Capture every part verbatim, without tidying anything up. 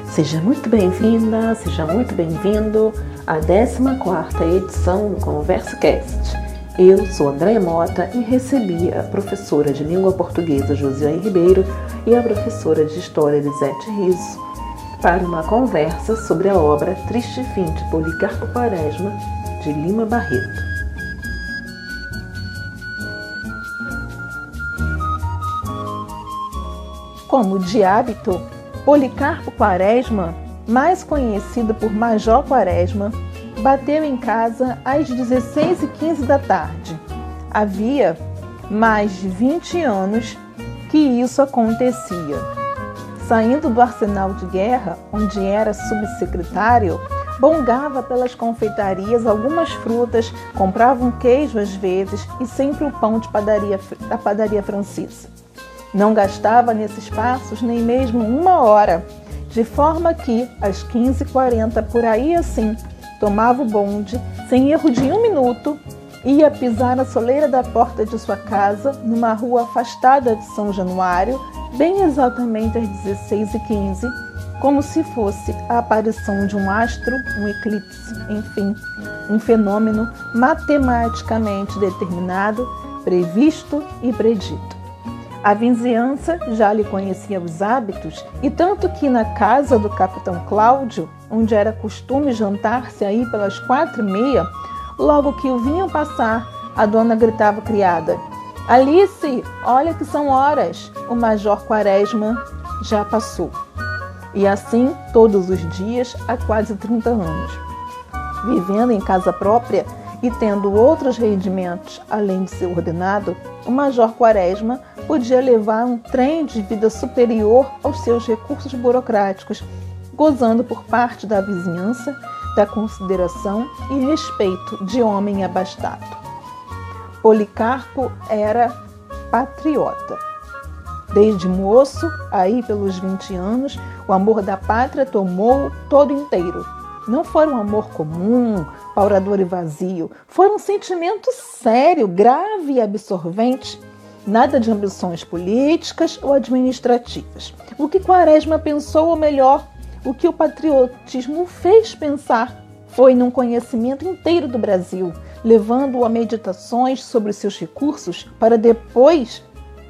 Seja muito bem-vinda, seja muito bem-vindo à décima quarta edição do ConversaCast. Eu sou Andréia Mota e recebi a professora de língua portuguesa Josiane Ribeiro e a professora de história Elisete Riso para uma conversa sobre a obra Triste Fim de Policarpo Quaresma, de Lima Barreto. Como de hábito, Policarpo Quaresma, mais conhecido por Major Quaresma, bateu em casa às dezesseis e quinze da tarde. Havia mais de vinte anos que isso acontecia. Saindo do arsenal de guerra, onde era subsecretário, bongava pelas confeitarias algumas frutas, comprava um queijo às vezes e sempre o pão de padaria, da padaria francesa. Não gastava nesses passos nem mesmo uma hora, de forma que, às quinze e quarenta, por aí assim, tomava o bonde, sem erro de um minuto, ia pisar a soleira da porta de sua casa, numa rua afastada de São Januário, bem exatamente às dezesseis e quinze, como se fosse a aparição de um astro, um eclipse, enfim, um fenômeno matematicamente determinado, previsto e predito. A vizinhança já lhe conhecia os hábitos, e tanto que na casa do capitão Cláudio, onde era costume jantar-se aí pelas quatro e meia, logo que o vinham passar, a dona gritava à criada: "Alice, olha que são horas, o Major Quaresma já passou." E assim todos os dias há quase trinta anos. Vivendo em casa própria e tendo outros rendimentos além de ser ordenado, o Major Quaresma podia levar um trem de vida superior aos seus recursos burocráticos, gozando por parte da vizinhança da consideração e respeito de homem abastado. Policarpo era patriota. Desde moço, aí pelos vinte anos, o amor da pátria tomou-o todo inteiro. Não foi um amor comum, paurador e vazio. Foi um sentimento sério, grave e absorvente. Nada de ambições políticas ou administrativas. O que Quaresma pensou, ou melhor, o que o patriotismo fez pensar, foi num conhecimento inteiro do Brasil, levando-o a meditações sobre seus recursos para depois,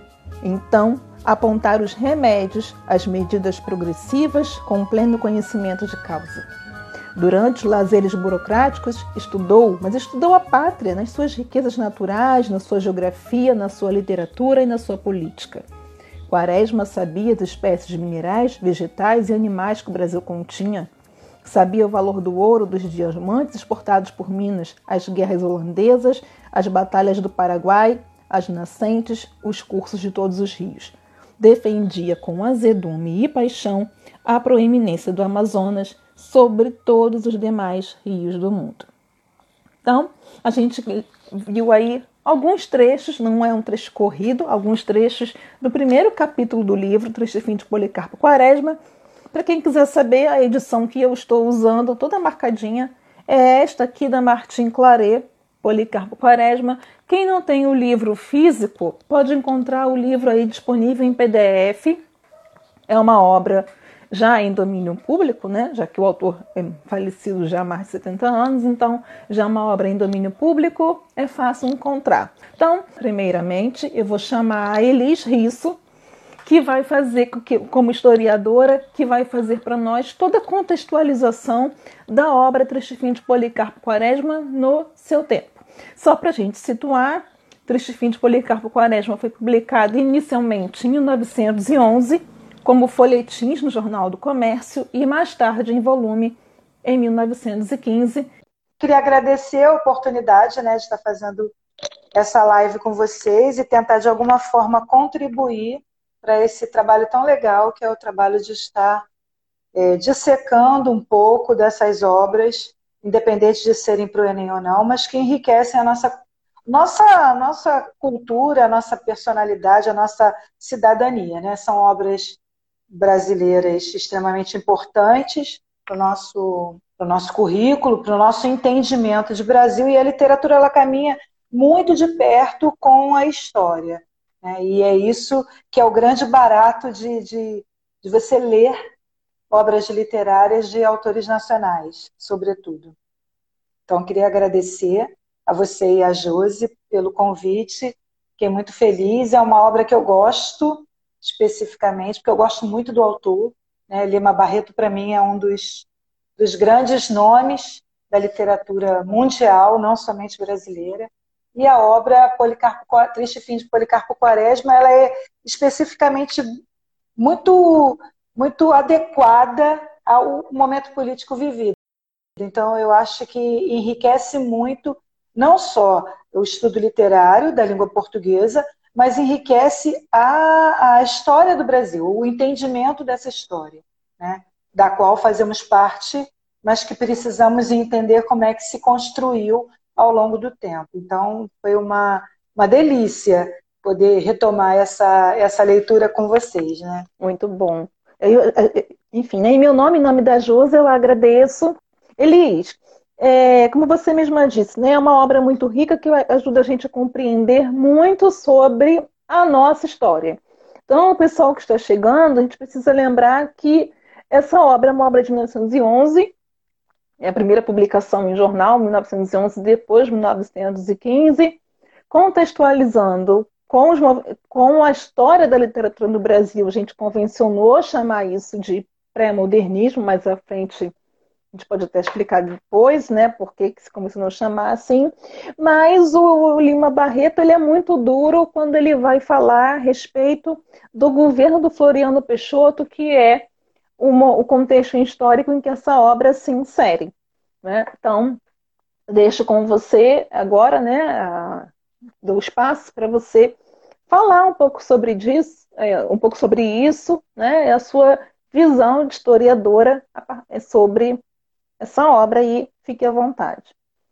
então, apontar os remédios, as medidas progressivas com pleno conhecimento de causa. Durante os lazeres burocráticos, estudou, mas estudou a pátria nas suas riquezas naturais, na sua geografia, na sua literatura e na sua política. Quaresma sabia das espécies minerais, vegetais e animais que o Brasil continha. Sabia o valor do ouro, dos diamantes exportados por Minas, as guerras holandesas, as batalhas do Paraguai, as nascentes, os cursos de todos os rios. Defendia com azedume e paixão a proeminência do Amazonas sobre todos os demais rios do mundo. Então, a gente viu aí alguns trechos, não é um trecho corrido, alguns trechos do primeiro capítulo do livro, Triste Fim de Policarpo Quaresma. Para quem quiser saber, a edição que eu estou usando, toda marcadinha, é esta aqui da Martin Claret, Policarpo Quaresma. Quem não tem o livro físico, pode encontrar o livro aí disponível em P D F. É uma obra já em domínio público, né? Já que o autor é falecido já há mais de setenta anos, então já uma obra em domínio público é fácil encontrar. Então, primeiramente, eu vou chamar a Elis Riso, que vai fazer, como historiadora, que vai fazer para nós toda a contextualização da obra Triste Fim de Policarpo Quaresma no seu tempo. Só para a gente situar, Triste Fim de Policarpo Quaresma foi publicado inicialmente em mil novecentos e onze, como folhetins no Jornal do Comércio e mais tarde em volume em mil novecentos e quinze. Queria agradecer a oportunidade, né, de estar fazendo essa live com vocês e tentar de alguma forma contribuir para esse trabalho tão legal que é o trabalho de estar é, dissecando um pouco dessas obras, independente de serem para o Enem ou não, mas que enriquecem a nossa, nossa, nossa cultura, a nossa personalidade, a nossa cidadania, né? São obras brasileiras extremamente importantes para o nosso, para o nosso currículo, para o nosso entendimento de Brasil, e a literatura ela caminha muito de perto com a história, né? E é isso que é o grande barato de, de, de você ler obras literárias de autores nacionais, sobretudo. Então, queria agradecer a você e a Josi pelo convite. Fiquei muito feliz. É uma obra que eu gosto especificamente, porque eu gosto muito do autor. Né? Lima Barreto, para mim, é um dos, dos grandes nomes da literatura mundial, não somente brasileira. E a obra Policarpo, Triste Fim de Policarpo Quaresma, ela é especificamente muito, muito adequada ao momento político vivido. Então, eu acho que enriquece muito, não só o estudo literário da língua portuguesa, mas enriquece a, a história do Brasil, o entendimento dessa história, né? Da qual fazemos parte, mas que precisamos entender como é que se construiu ao longo do tempo. Então, foi uma, uma delícia poder retomar essa, essa leitura com vocês, né? Muito bom. Eu, enfim, né, em meu nome, em nome da Josi, eu agradeço. Elis, é, como você mesma disse, né, é uma obra muito rica que ajuda a gente a compreender muito sobre a nossa história. Então, o pessoal que está chegando, a gente precisa lembrar que essa obra é uma obra de mil novecentos e onze, é a primeira publicação em jornal, mil novecentos e onze, depois mil novecentos e quinze, contextualizando com, os, com a história da literatura no Brasil. A gente convencionou chamar isso de pré-modernismo, mais à frente a gente pode até explicar depois, né, por que se começou a chamar assim, mas o Lima Barreto ele é muito duro quando ele vai falar a respeito do governo do Floriano Peixoto, que é uma, o contexto histórico em que essa obra se insere. Né? Então, deixo com você agora, né, a, dou espaço para você falar um pouco sobre disso, é, um pouco sobre isso, né, a sua visão de historiadora sobre essa obra aí, fique à vontade.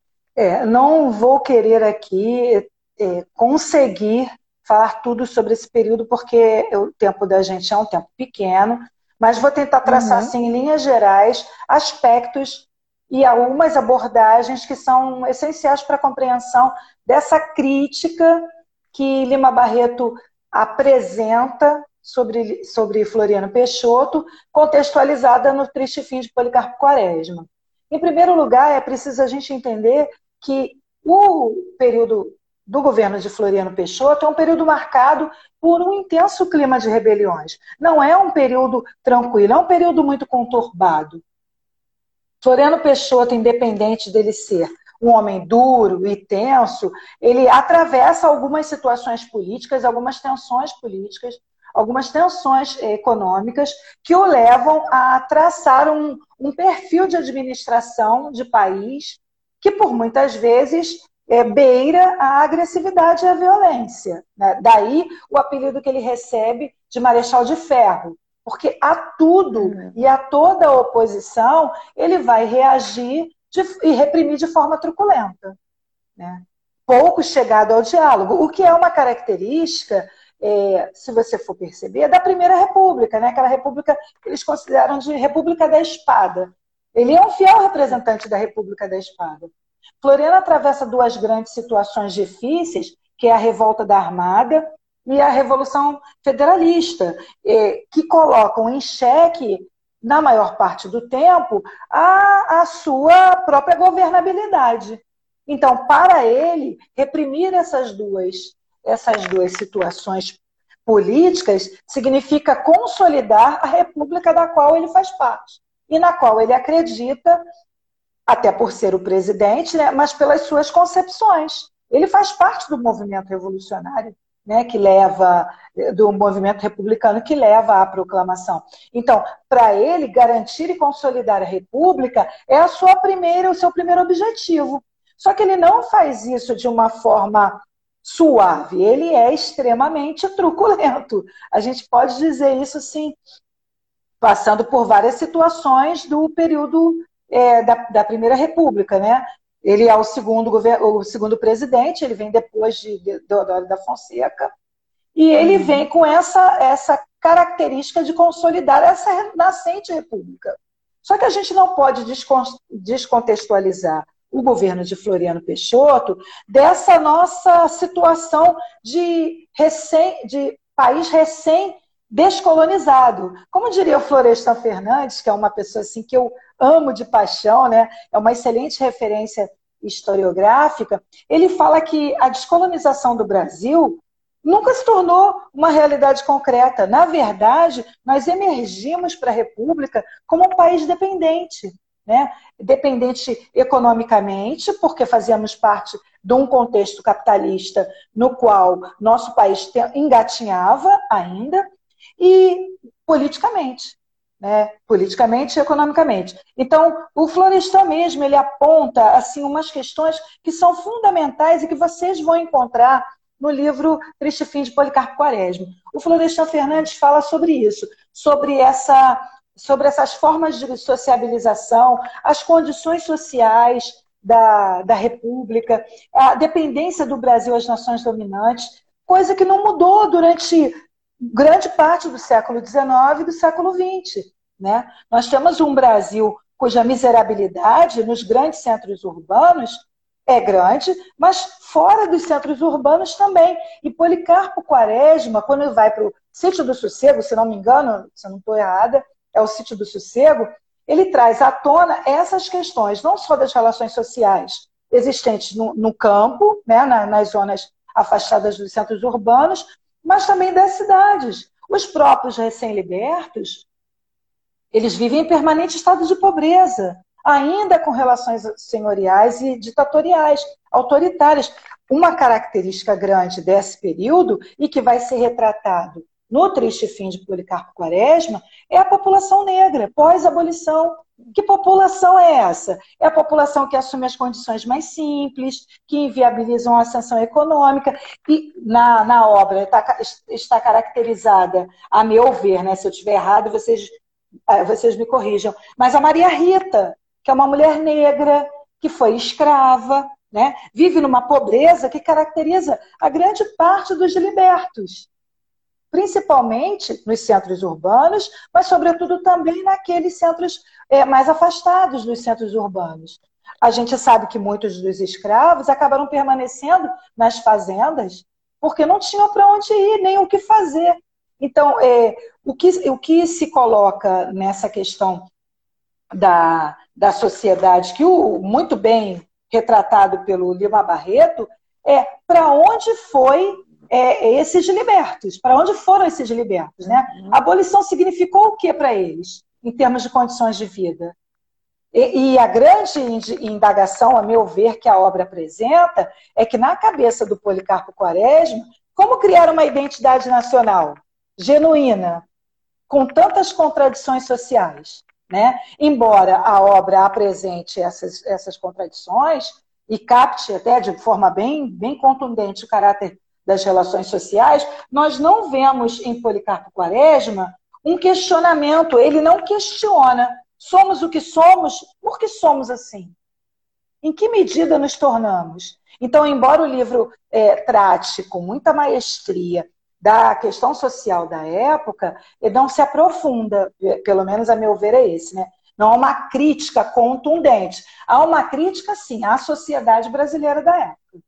É, não vou querer aqui é, conseguir falar tudo sobre esse período, porque o tempo da gente é um tempo pequeno, mas vou tentar traçar, uhum. assim, em linhas gerais, aspectos e algumas abordagens que são essenciais para a compreensão dessa crítica que Lima Barreto apresenta sobre, sobre Floriano Peixoto, contextualizada no Triste Fim de Policarpo Quaresma. Em primeiro lugar, é preciso a gente entender que o período do governo de Floriano Peixoto é um período marcado por um intenso clima de rebeliões. Não é um período tranquilo, é um período muito conturbado. Floriano Peixoto, independente dele ser um homem duro e tenso, ele atravessa algumas situações políticas, algumas tensões políticas, algumas tensões econômicas que o levam a traçar um, um perfil de administração de país que, por muitas vezes, é, beira a agressividade e a violência. Né? Daí o apelido que ele recebe de Marechal de Ferro, porque a tudo uhum. e a toda a oposição ele vai reagir de, e reprimir de forma truculenta. Né? Pouco chegado ao diálogo, o que é uma característica... É, se você for perceber, é da Primeira República, né? Aquela república que eles consideram de República da Espada. Ele é um fiel representante da República da Espada. Floriano atravessa duas grandes situações difíceis, que é a Revolta da Armada e a Revolução Federalista, é, que colocam em xeque, na maior parte do tempo, a, a sua própria governabilidade. Então, para ele, reprimir essas duas essas duas situações políticas significa consolidar a república da qual ele faz parte e na qual ele acredita, até por ser o presidente, né, mas pelas suas concepções. Ele faz parte do movimento revolucionário, né, que leva, do movimento republicano que leva à proclamação. Então, para ele, garantir e consolidar a república é a sua primeira, o seu primeiro objetivo. Só que ele não faz isso de uma forma suave, ele é extremamente truculento. A gente pode dizer isso, sim, passando por várias situações do período é, da, da Primeira República, né? Ele é o segundo, o segundo presidente, ele vem depois de Deodoro da Fonseca, e ele vem com essa, essa característica de consolidar essa nascente república. Só que a gente não pode descontextualizar o governo de Floriano Peixoto dessa nossa situação de, recém, de país recém descolonizado. Como diria o Florestan Fernandes, que é uma pessoa assim que eu amo de paixão, né? É uma excelente referência historiográfica, ele fala que a descolonização do Brasil nunca se tornou uma realidade concreta. Na verdade, nós emergimos para a República como um país dependente, né? Dependente economicamente, porque fazíamos parte de um contexto capitalista no qual nosso país engatinhava ainda, e politicamente. Né, politicamente e economicamente. Então, o Florestan mesmo, ele aponta assim, umas questões que são fundamentais e que vocês vão encontrar no livro Triste Fim de Policarpo Quaresma. O Florestan Fernandes fala sobre isso, sobre, essa, sobre essas formas de sociabilização, as condições sociais da, da República, a dependência do Brasil às nações dominantes, coisa que não mudou durante grande parte do século dezenove e do século vinte. Né? Nós temos um Brasil cuja miserabilidade nos grandes centros urbanos é grande, mas fora dos centros urbanos também. E Policarpo Quaresma, quando ele vai para o Sítio do Sossego, se não me engano, se eu não estou errada, é o Sítio do Sossego, ele traz à tona essas questões, não só das relações sociais existentes no, no campo, né, na, nas zonas afastadas dos centros urbanos, mas também das cidades. Os próprios recém-libertos, eles vivem em permanente estado de pobreza, ainda com relações senhoriais e ditatoriais, autoritárias. Uma característica grande desse período, e que vai ser retratado no Triste Fim de Policarpo Quaresma, é a população negra, pós-abolição. Que população é essa? É a população que assume as condições mais simples, que inviabilizam a ascensão econômica, e na, na obra está, está caracterizada, a meu ver, né, se eu estiver errado, vocês, vocês me corrijam, mas a Maria Rita, que é uma mulher negra, que foi escrava, né, vive numa pobreza que caracteriza a grande parte dos libertos, principalmente nos centros urbanos, mas sobretudo também naqueles centros é, mais afastados dos centros urbanos. A gente sabe que muitos dos escravos acabaram permanecendo nas fazendas porque não tinham para onde ir, nem o que fazer. Então, é, o, que, o que se coloca nessa questão da, da sociedade, que o muito bem retratado pelo Lima Barreto, é para onde foi É, esses libertos, para onde foram esses libertos? Né? A abolição significou o que para eles, em termos de condições de vida? E, e a grande indagação, a meu ver, que a obra apresenta, é que na cabeça do Policarpo Quaresma, como criar uma identidade nacional genuína, com tantas contradições sociais? Né? Embora a obra apresente essas, essas contradições e capte até de forma bem, bem contundente o caráter das relações sociais, nós não vemos em Policarpo Quaresma um questionamento. Ele não questiona. Somos o que somos, por que somos assim? Em que medida nos tornamos? Então, embora o livro é, trate com muita maestria da questão social da época, ele não se aprofunda, pelo menos a meu ver é esse, né? Não há uma crítica contundente. Há uma crítica, sim, à sociedade brasileira da época.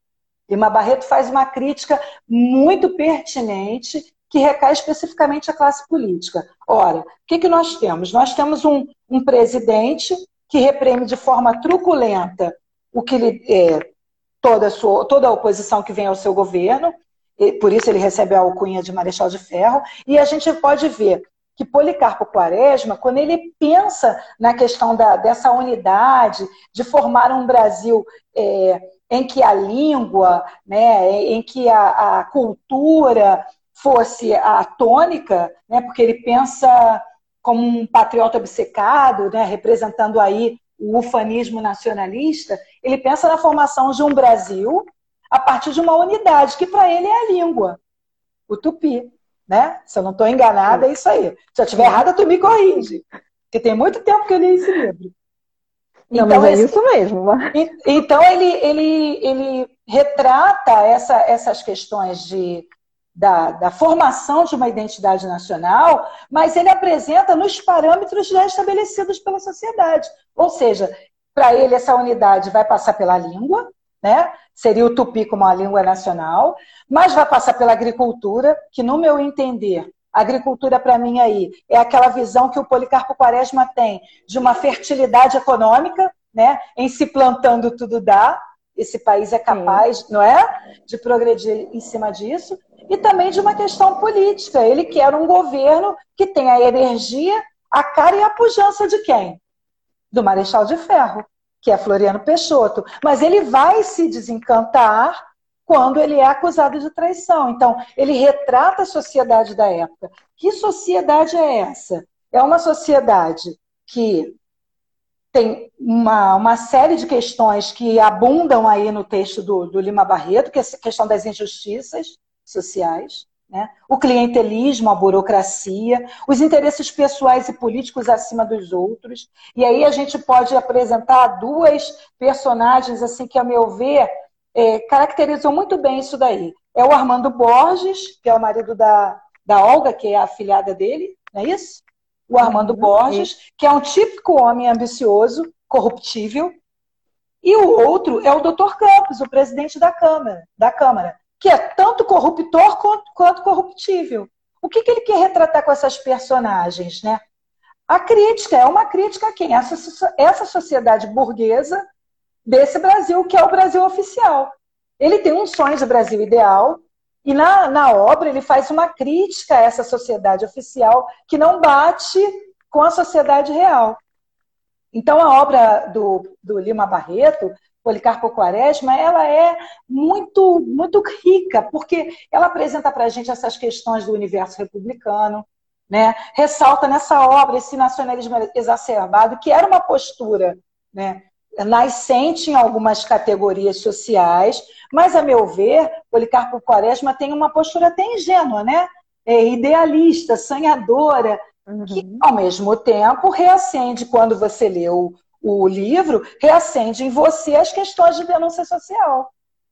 Lima Barreto faz uma crítica muito pertinente que recai especificamente à classe política. Ora, o que, que nós temos? Nós temos um, um presidente que reprime de forma truculenta o que ele, é, toda, a sua, toda a oposição que vem ao seu governo, e por isso ele recebe a alcunha de Marechal de Ferro, e a gente pode ver que Policarpo Quaresma, quando ele pensa na questão da, dessa unidade, de formar um Brasil é, em que a língua, né, em que a, a cultura fosse a tônica, né, porque ele pensa como um patriota obcecado, né, representando aí o ufanismo nacionalista, ele pensa na formação de um Brasil a partir de uma unidade, que para ele é a língua, o tupi. Né? Se eu não estou enganada, é isso aí. Se eu estiver errada, tu me corrige. Porque tem muito tempo que eu li esse livro. Não, então, mas é esse, isso mesmo. Então, ele, ele, ele retrata essa, essas questões de, da, da formação de uma identidade nacional, mas ele apresenta nos parâmetros já estabelecidos pela sociedade. Ou seja, para ele, essa unidade vai passar pela língua, né? Seria o tupi como a língua nacional, mas vai passar pela agricultura, que, no meu entender, A agricultura, para mim, aí, é aquela visão que o Policarpo Quaresma tem de uma fertilidade econômica, né? Em se plantando tudo dá. Esse país é capaz, Sim. não é? De progredir em cima disso. E também de uma questão política. Ele quer um governo que tenha a energia, a cara e a pujança de quem? Do Marechal de Ferro, que é Floriano Peixoto. Mas ele vai se desencantar quando ele é acusado de traição. Então, ele retrata a sociedade da época. Que sociedade é essa? É uma sociedade que tem uma, uma série de questões que abundam aí no texto do, do Lima Barreto, que é a questão das injustiças sociais, né? O clientelismo, a burocracia, os interesses pessoais e políticos acima dos outros. E aí a gente pode apresentar duas personagens assim que, a meu ver, é, caracterizam muito bem isso daí. É o Armando Borges, que é o marido da, da Olga, que é a afilhada dele, não é isso? O Armando uhum, Borges, isso. que é um típico homem ambicioso, corruptível. E o outro é o doutor Campos, o presidente da Câmara, da Câmara, que é tanto corruptor quanto, quanto corruptível. O que, que ele quer retratar com essas personagens, né? A crítica, é uma crítica a quem? Essa, essa sociedade burguesa desse Brasil, que é o Brasil oficial. Ele tem um sonho de Brasil ideal, e na, na obra ele faz uma crítica a essa sociedade oficial que não bate com a sociedade real. Então a obra do, do Lima Barreto, Policarpo Quaresma, ela é muito, muito rica, porque ela apresenta para a gente essas questões do universo republicano, né? Ressalta nessa obra esse nacionalismo exacerbado, que era uma postura, né, nascente em algumas categorias sociais, mas, a meu ver, Policarpo Quaresma tem uma postura até ingênua, né? É idealista, sonhadora, uhum. que, ao mesmo tempo, reacende, quando você lê o, o livro, reacende em você as questões de denúncia social,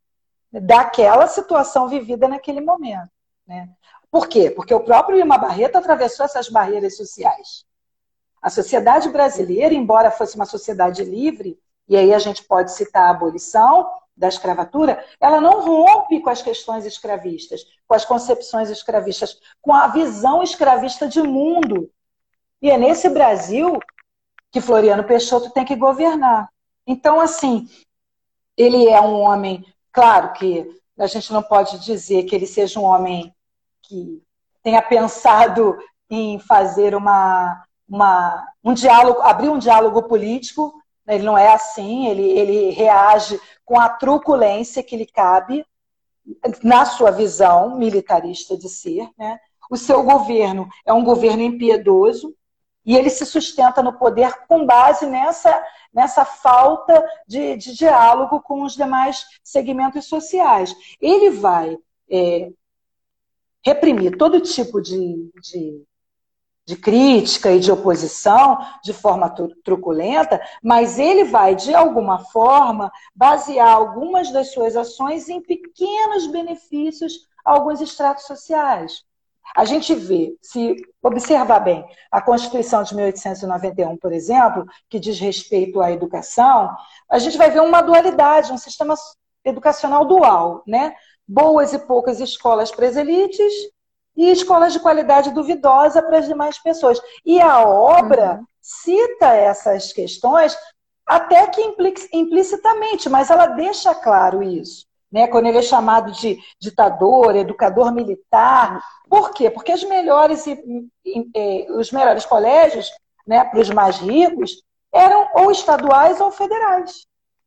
daquela situação vivida naquele momento, né? Por quê? Porque o próprio Lima Barreto atravessou essas barreiras sociais. A sociedade brasileira, embora fosse uma sociedade livre, e aí a gente pode citar a abolição da escravatura, ela não rompe com as questões escravistas, com as concepções escravistas, com a visão escravista de mundo. E é nesse Brasil que Floriano Peixoto tem que governar. Então, assim, ele é um homem, claro que a gente não pode dizer que ele seja um homem que tenha pensado em fazer uma, uma, um diálogo, abrir um diálogo político. Ele não é assim, ele, ele reage com a truculência que lhe cabe na sua visão militarista de ser, né? O seu governo é um governo impiedoso e ele se sustenta no poder com base nessa, nessa falta de, de diálogo com os demais segmentos sociais. Ele vai é, reprimir todo tipo de... de de crítica e de oposição de forma truculenta, mas ele vai, de alguma forma, basear algumas das suas ações em pequenos benefícios a alguns estratos sociais. A gente vê, se observar bem, a Constituição de mil oitocentos e noventa e um, por exemplo, que diz respeito à educação, a gente vai ver uma dualidade, um sistema educacional dual, né? Boas e poucas escolas para as elites, e escolas de qualidade duvidosa para as demais pessoas. E a obra uhum. cita essas questões até que implicitamente, mas ela deixa claro isso, né? Quando ele é chamado de ditador, educador militar. Por quê? Porque as melhores, os melhores colégios, né, para os mais ricos eram ou estaduais ou federais,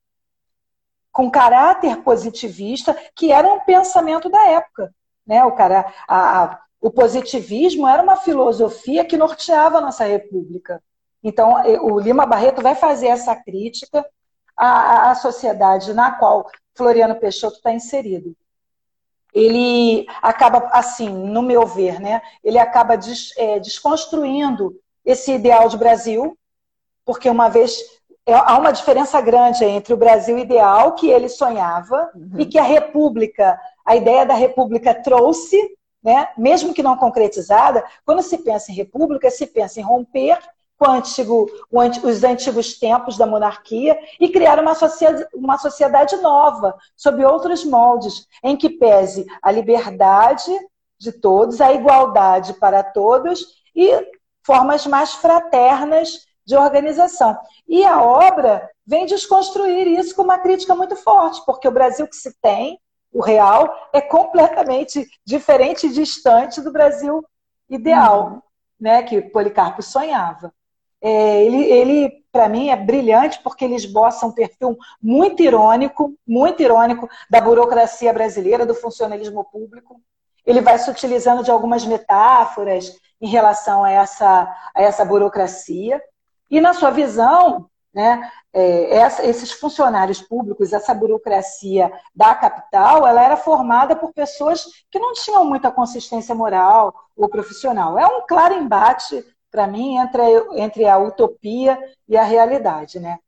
com caráter positivista, que era um pensamento da época. Né, o, cara, a, a, o positivismo era uma filosofia que norteava a nossa república. Então, o Lima Barreto vai fazer essa crítica à, à sociedade na qual Floriano Peixoto está inserido. Ele acaba, assim, no meu ver, né, ele acaba des, é, desconstruindo esse ideal de Brasil, porque uma vez... há uma diferença grande entre o Brasil ideal, que ele sonhava, uhum. e que a república... A ideia da república trouxe, né, mesmo que não concretizada, quando se pensa em república, se pensa em romper com o antigo, os antigos tempos da monarquia e criar uma sociedade, uma sociedade nova, sob outros moldes, em que pese a liberdade, de todos, a igualdade para todos e formas mais fraternas de organização. E a obra vem desconstruir isso com uma crítica muito forte, porque o Brasil que se tem, o real, é completamente diferente e distante do Brasil ideal, uhum. né, que Policarpo sonhava. É, ele, ele para mim, é brilhante porque ele esboça um perfil muito irônico, muito irônico da burocracia brasileira, do funcionalismo público. Ele vai se utilizando de algumas metáforas em relação a essa, a essa burocracia. E, na sua visão, né, é, essa, esses funcionários públicos, essa burocracia da capital, ela era formada por pessoas que não tinham muita consistência moral ou profissional. É um claro embate, para mim, entre a, entre a utopia e a realidade, né?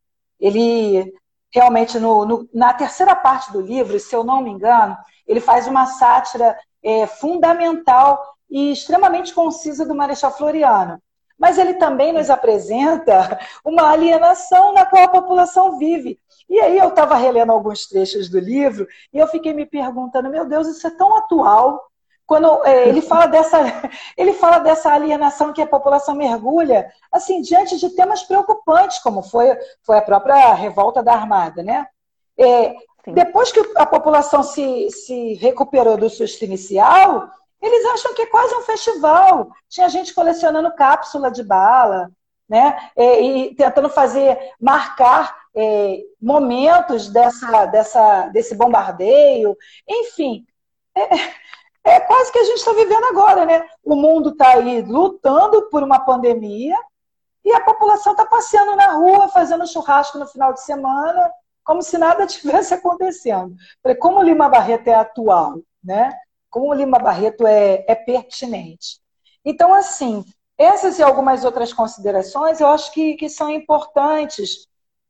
Ele, realmente, no, no, na terceira parte do livro, se eu não me engano, ele faz uma sátira é, fundamental e extremamente concisa do Marechal Floriano. Mas ele também nos apresenta uma alienação na qual a população vive. E aí eu estava relendo alguns trechos do livro e eu fiquei me perguntando, meu Deus, isso é tão atual. Quando é, ele, fala dessa, ele fala dessa alienação que a população mergulha, assim, diante de temas preocupantes, como foi, foi a própria revolta da Armada, né? É, depois que a população se, se recuperou do susto inicial, eles acham que é quase um festival. Tinha gente colecionando cápsula de bala, né? É, e tentando fazer, marcar é, momentos dessa, dessa, desse bombardeio. Enfim, é, é quase que a gente está vivendo agora, né? O mundo está aí lutando por uma pandemia e a população está passeando na rua, fazendo churrasco no final de semana, como se nada tivesse acontecendo. Como o Lima Barreto é atual, né? Como o Lima Barreto é, é pertinente. Então, assim, essas e algumas outras considerações eu acho que, que são importantes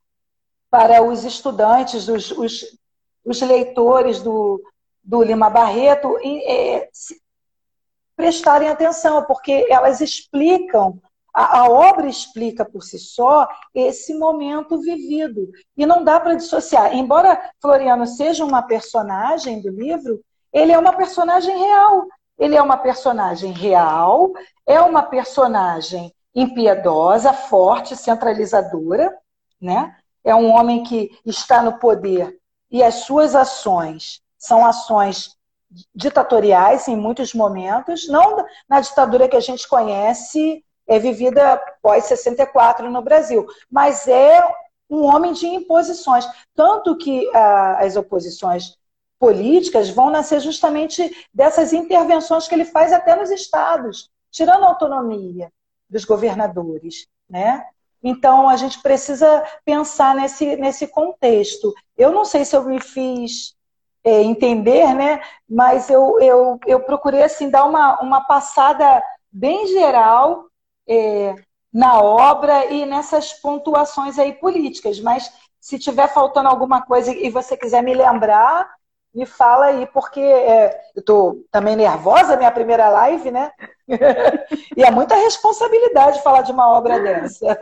para os estudantes, os, os, os leitores do, do Lima Barreto e, é, se, prestarem atenção, porque elas explicam, a, a obra explica por si só esse momento vivido. E não dá para dissociar. Embora Floriano seja uma personagem do livro, ele é uma personagem real. Ele é uma personagem real, é uma personagem impiedosa, forte, centralizadora, né? É um homem que está no poder e as suas ações são ações ditatoriais em muitos momentos, não na ditadura que a gente conhece, é vivida pós sessenta e quatro no Brasil, mas é um homem de imposições. Tanto que ah, as oposições políticas vão nascer justamente dessas intervenções que ele faz até nos estados, tirando a autonomia dos governadores, né? Então, a gente precisa pensar nesse, nesse contexto. Eu não sei se eu me fiz é, entender, né? Mas eu, eu, eu procurei assim, dar uma, uma passada bem geral é, na obra e nessas pontuações aí políticas. Mas se tiver faltando alguma coisa e você quiser me lembrar, me fala aí, porque é, eu estou também nervosa, minha primeira live, né? E é muita responsabilidade falar de uma obra dessa.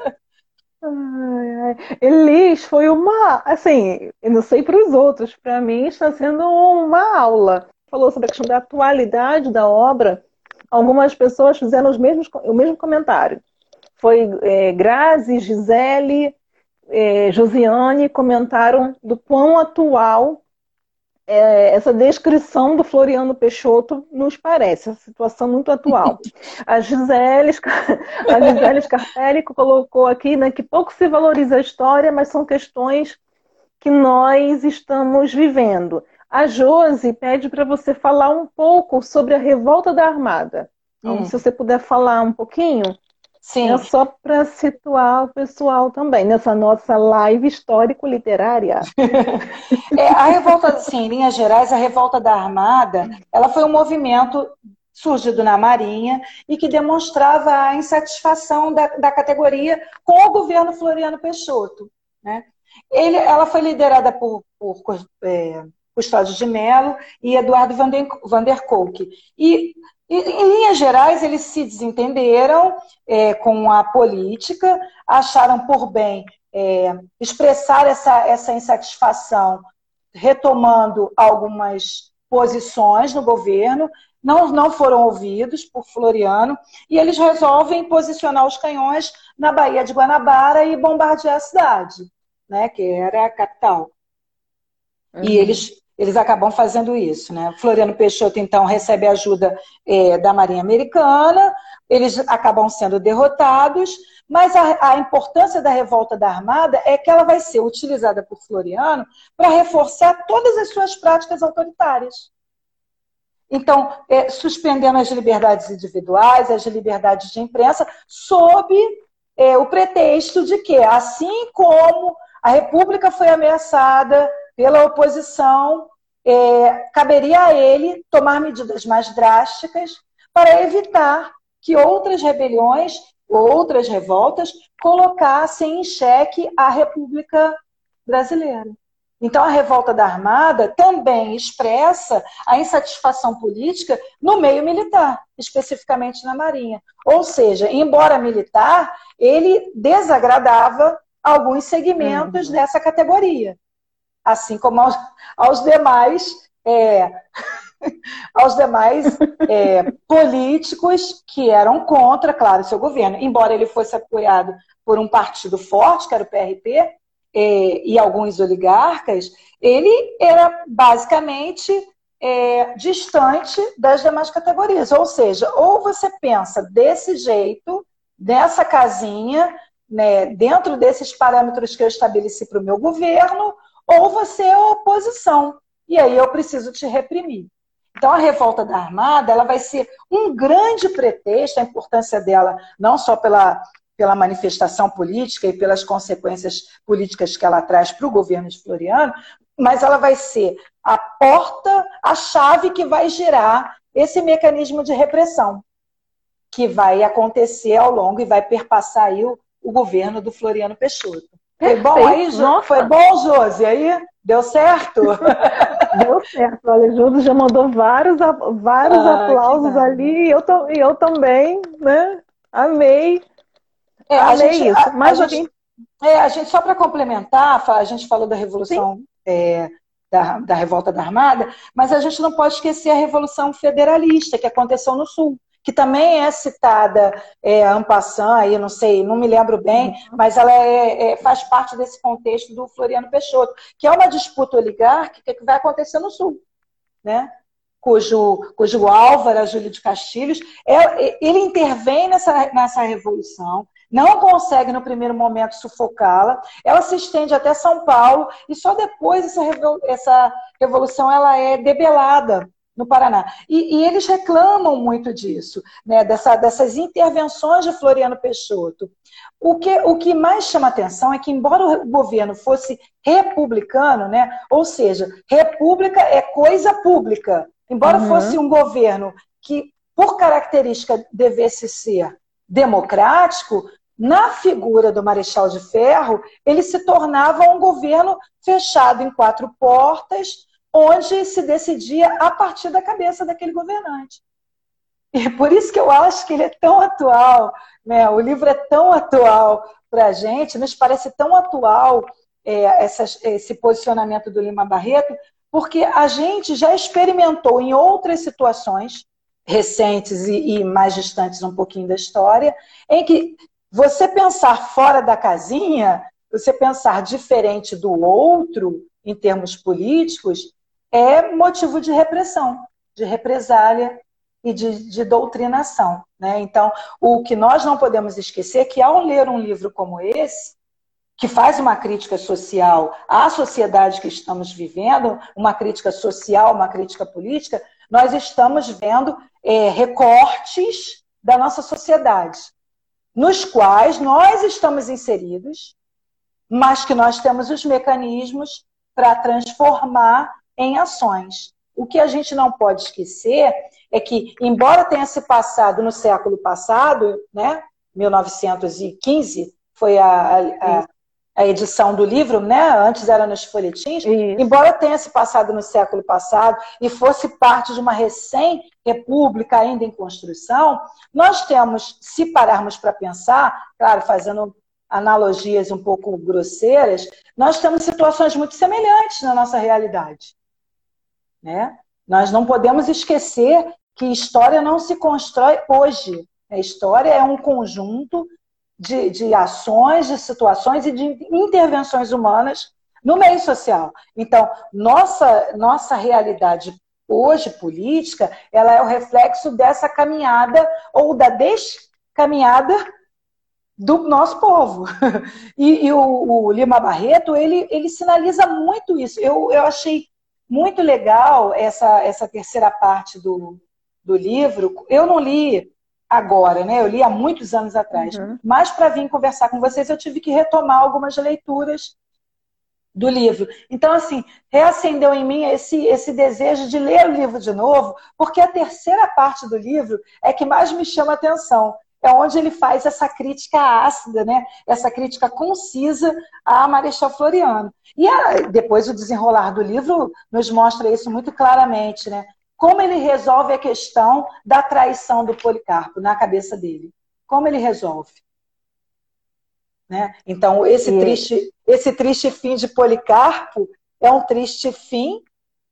Ai, ai. Elis, foi uma, assim, eu não sei para os outros, para mim está sendo uma aula. Falou sobre a questão da atualidade da obra, algumas pessoas fizeram os mesmos, o mesmo comentário. Foi é, Grazi, Gisele, é, Josiane comentaram do quão atual é, essa descrição do Floriano Peixoto nos parece, essa situação muito atual. A Gisele, a Gisele Scarpelli colocou aqui, né, que pouco se valoriza a história, mas são questões que nós estamos vivendo. A Josi pede para você falar um pouco sobre a revolta da Armada. Então, hum. se você puder falar um pouquinho. Sim. É só para situar o pessoal também, nessa nossa live histórico-literária. É, a revolta, assim, em linhas gerais, a revolta da Armada, ela foi um movimento surgido na Marinha e que demonstrava a insatisfação da, da categoria com o governo Floriano Peixoto, né? Ele, ela foi liderada por, por é, Custódio de Mello e Eduardo Van der Kolk. E em linhas gerais, eles se desentenderam é, com a política, acharam por bem é, expressar essa, essa insatisfação, retomando algumas posições no governo, não, não foram ouvidos por Floriano, e eles resolvem posicionar os canhões na Baía de Guanabara e bombardear a cidade, né, que era a capital. Uhum. E eles, eles acabam fazendo isso, né? Floriano Peixoto, então, recebe ajuda é, da Marinha Americana, eles acabam sendo derrotados, mas a, a importância da revolta da Armada é que ela vai ser utilizada por Floriano para reforçar todas as suas práticas autoritárias. Então, é, suspendendo as liberdades individuais, as liberdades de imprensa, sob é, o pretexto de que, assim como a República foi ameaçada pela oposição, é, caberia a ele tomar medidas mais drásticas para evitar que outras rebeliões, outras revoltas, colocassem em xeque a República Brasileira. Então, a revolta da Armada também expressa a insatisfação política no meio militar, especificamente na Marinha. Ou seja, embora militar, ele desagradava alguns segmentos uhum. dessa categoria, assim como aos, aos demais, é, aos demais é, políticos que eram contra, claro, seu governo. Embora ele fosse apoiado por um partido forte, que era o P R P, É, e alguns oligarcas, ele era basicamente é, distante das demais categorias. Ou seja, ou você pensa desse jeito, dessa casinha, né, dentro desses parâmetros que eu estabeleci para o meu governo, ou você é oposição. E aí eu preciso te reprimir. Então, a revolta da Armada ela vai ser um grande pretexto, a importância dela, não só pela... pela manifestação política e pelas consequências políticas que ela traz para o governo de Floriano, mas ela vai ser a porta, a chave que vai girar esse mecanismo de repressão, que vai acontecer ao longo e vai perpassar aí o, o governo do Floriano Peixoto. Foi bom aí, Josi? Foi bom, Josi? Aí? Deu certo? Deu certo. Olha, Josi já mandou vários, vários ah, aplausos ali, e eu, eu também, né? Amei. É, a gente, isso. A, Mas a, alguém... gente, é, a gente, só para complementar, a gente falou da Revolução, é, da, da Revolta da Armada, mas a gente não pode esquecer a Revolução Federalista, que aconteceu no Sul, que também é citada é, en passant, aí, não sei, não me lembro bem, uhum. mas ela é, é, faz parte desse contexto do Floriano Peixoto, que é uma disputa oligárquica que vai acontecer no Sul, né? Cujo, cujo alvo era Júlio de Castilhos. É, ele intervém nessa, nessa revolução, não consegue no primeiro momento sufocá-la, ela se estende até São Paulo e só depois essa, essa revolução ela é debelada no Paraná. E, e eles reclamam muito disso, né, dessa, dessas intervenções de Floriano Peixoto. O que, o que mais chama atenção é que, embora o governo fosse republicano, né, ou seja, república é coisa pública, embora uhum. fosse um governo que, por característica, devesse ser democrático, na figura do Marechal de Ferro, ele se tornava um governo fechado em quatro portas, onde se decidia a partir da cabeça daquele governante. E por isso que eu acho que ele é tão atual, né? O livro é tão atual para a gente, nos parece tão atual é, essa, esse posicionamento do Lima Barreto, porque a gente já experimentou em outras situações recentes e, e mais distantes um pouquinho da história, em que você pensar fora da casinha, você pensar diferente do outro, em termos políticos, é motivo de repressão, de represália e de, de doutrinação, né? Então, o que nós não podemos esquecer é que, ao ler um livro como esse, que faz uma crítica social à sociedade que estamos vivendo, uma crítica social, uma crítica política, nós estamos vendo é, recortes da nossa sociedade, nos quais nós estamos inseridos, mas que nós temos os mecanismos para transformar em ações. O que a gente não pode esquecer é que, embora tenha se passado no século passado, né, mil novecentos e quinze, foi a, a, a edição do livro, né, antes era nos folhetins, Isso. embora tenha se passado no século passado e fosse parte de uma recém-república ainda em construção, nós temos, se pararmos para pensar, claro, fazendo analogias um pouco grosseiras, nós temos situações muito semelhantes na nossa realidade, né? Nós não podemos esquecer que história não se constrói hoje. A história é um conjunto de, de ações, de situações e de intervenções humanas no meio social. Então, nossa, nossa realidade hoje, política, ela é o reflexo dessa caminhada ou da descaminhada do nosso povo. E, e o, o Lima Barreto, ele, ele sinaliza muito isso. Eu, eu achei muito legal essa, essa terceira parte do, do livro. Eu não li agora, né? Eu li há muitos anos atrás. Uhum. Mas para vir conversar com vocês, eu tive que retomar algumas leituras do livro. Então, assim, reacendeu em mim esse, esse desejo de ler o livro de novo, porque a terceira parte do livro é que mais me chama a atenção. É onde ele faz essa crítica ácida, né? Essa crítica concisa a Marechal Floriano. E a, depois o desenrolar do livro nos mostra isso muito claramente, né? Como ele resolve a questão da traição do Policarpo na cabeça dele. Como ele resolve. Né? Então, esse, e... triste, esse triste fim de Policarpo é um triste fim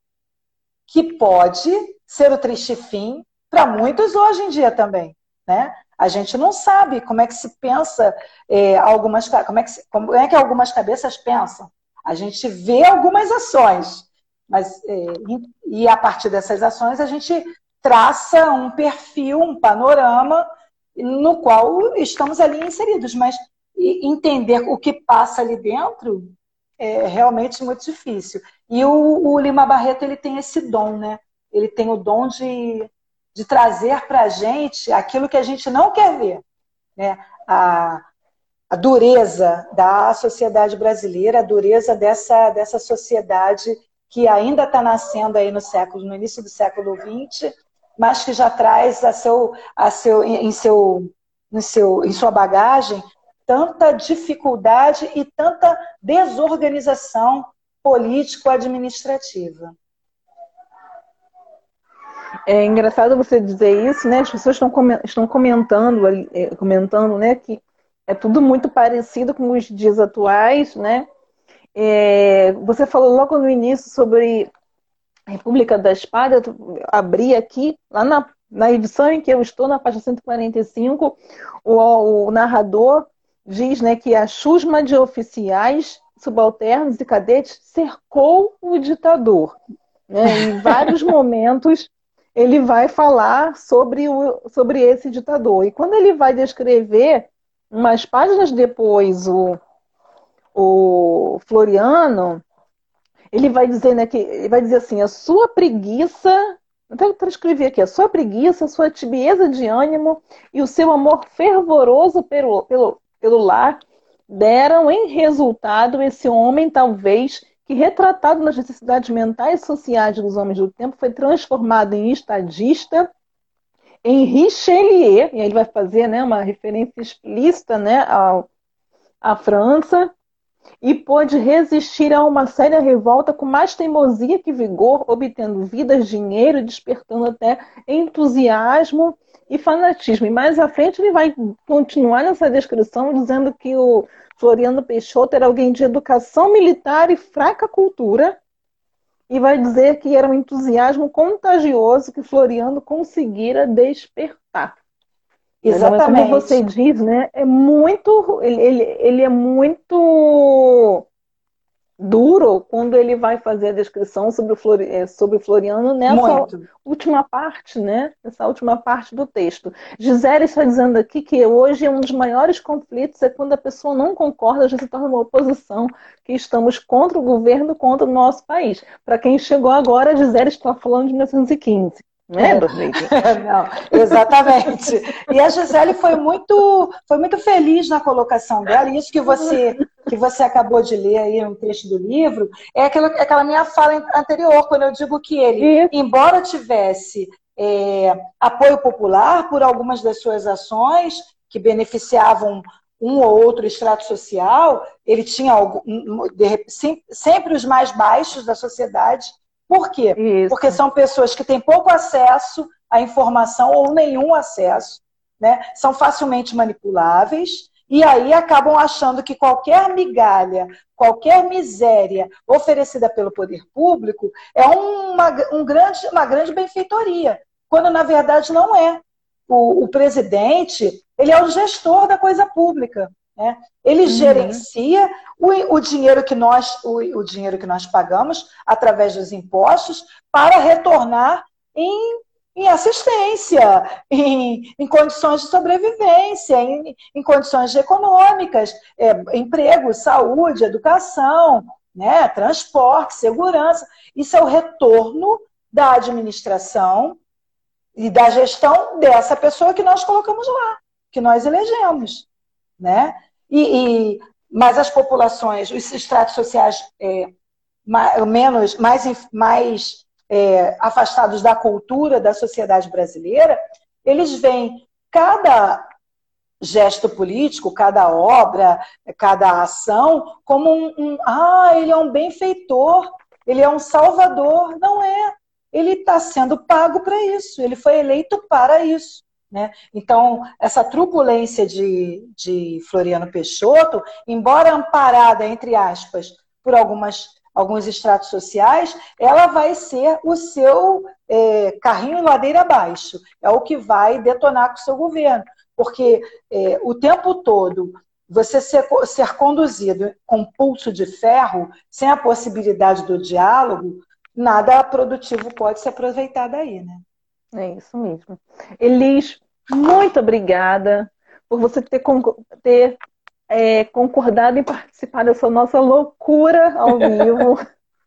que pode ser o triste fim para muitos hoje em dia também. Né? A gente não sabe como é que se pensa, é, algumas, como, é que, como é que algumas cabeças pensam. A gente vê algumas ações, mas, é, e a partir dessas ações a gente traça um perfil, um panorama no qual estamos ali inseridos, mas entender o que passa ali dentro é realmente muito difícil. E o, o Lima Barreto, ele tem esse dom, né? Ele tem o dom de, de trazer para a gente aquilo que a gente não quer ver, né? A, a dureza da sociedade brasileira, a dureza dessa, dessa sociedade que ainda está nascendo aí no século, no início do século vinte, mas que já traz a seu, a seu, em, seu, em, seu, em sua bagagem tanta dificuldade e tanta desorganização político-administrativa. É engraçado você dizer isso, né? As pessoas estão comentando, comentando, né, que é tudo muito parecido com os dias atuais, né? É, você falou logo no início sobre a República da Espada. Eu abri aqui, lá na, na edição em que eu estou, na página cento e quarenta e cinco, o, o narrador diz, né, que a chusma de oficiais, subalternos e cadetes cercou o ditador. Né? Em vários momentos ele vai falar sobre, o, sobre esse ditador. E quando ele vai descrever, umas páginas depois, o, o Floriano, ele vai dizer, né, que, ele vai dizer assim, a sua preguiça, até transcrever aqui, a sua preguiça, a sua tibieza de ânimo e o seu amor fervoroso pelo, pelo pelo lar, deram em resultado esse homem, talvez, que retratado nas necessidades mentais e sociais dos homens do tempo, foi transformado em estadista, em Richelieu, e aí ele vai fazer, né, uma referência explícita, né, ao, à França, e pôde resistir a uma séria revolta com mais teimosia que vigor, obtendo vidas, dinheiro, despertando até entusiasmo e fanatismo. E mais à frente ele vai continuar nessa descrição dizendo que o Floriano Peixoto era alguém de educação militar e fraca cultura, e vai dizer que era um entusiasmo contagioso que Floriano conseguira despertar. Exatamente. Como você diz, né? É muito, ele, ele, ele é muito duro quando ele vai fazer a descrição sobre o, Flori, sobre o Floriano nessa muito. última parte, né? Nessa última parte do texto. Gisele está dizendo aqui que hoje um dos maiores conflitos é quando a pessoa não concorda, já se torna uma oposição, que estamos contra o governo, contra o nosso país. Para quem chegou agora, a Gisele está falando de mil novecentos e quinze. Né, Não, exatamente. E a Gisele foi muito, foi muito feliz na colocação dela, e isso que você, que você acabou de ler aí no trecho do livro, é aquela, aquela minha fala anterior, quando eu digo que ele, e... embora tivesse é, apoio popular por algumas das suas ações, que beneficiavam um ou outro extrato social, ele tinha algum, sempre os mais baixos da sociedade. Por quê? Isso. Porque são pessoas que têm pouco acesso à informação ou nenhum acesso, né? São facilmente manipuláveis e aí acabam achando que qualquer migalha, qualquer miséria oferecida pelo poder público é uma, um grande, uma grande benfeitoria. quando na verdade não é. O, o presidente, ele é o gestor da coisa pública, né? Ele uhum. gerencia o, o, dinheiro que nós, o, o dinheiro que nós pagamos através dos impostos para retornar em, em assistência, em, em condições de sobrevivência, em, em condições econômicas, é, emprego, saúde, educação, né? Transporte, segurança. Isso é o retorno da administração e da gestão dessa pessoa que nós colocamos lá, que nós elegemos, né? E, e, mas as populações, os estratos sociais é, mais, menos, mais, mais é, afastados da cultura da sociedade brasileira, eles veem cada gesto político, cada obra, cada ação, como um, um ah, ele é um benfeitor, ele é um salvador. Não é. Ele está sendo pago para isso, ele foi eleito para isso, né? Então, essa turbulência de, de Floriano Peixoto, embora amparada, entre aspas, por algumas, alguns estratos sociais, ela vai ser o seu é, carrinho ladeira abaixo, é o que vai detonar com o seu governo, porque é, o tempo todo você ser, ser conduzido com pulso de ferro, sem a possibilidade do diálogo, nada produtivo pode se aproveitar daí, né? É isso mesmo. Elis, muito obrigada por você ter, ter é, concordado em participar dessa nossa loucura ao vivo.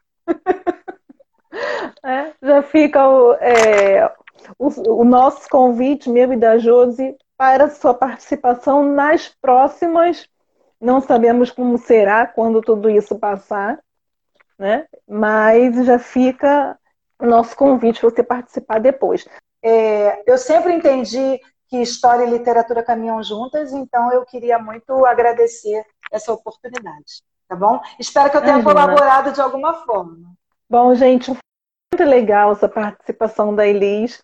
É, já fica o, é, o, o nosso convite, meu e da Josi, para a sua participação nas próximas. Não sabemos como será quando tudo isso passar, né? Mas já fica o nosso convite para você participar depois. É, eu sempre entendi que história e literatura caminham juntas, então eu queria muito agradecer essa oportunidade, tá bom? Espero que eu tenha Ai, colaborado de alguma forma. Bom, gente, muito legal essa participação da Elis.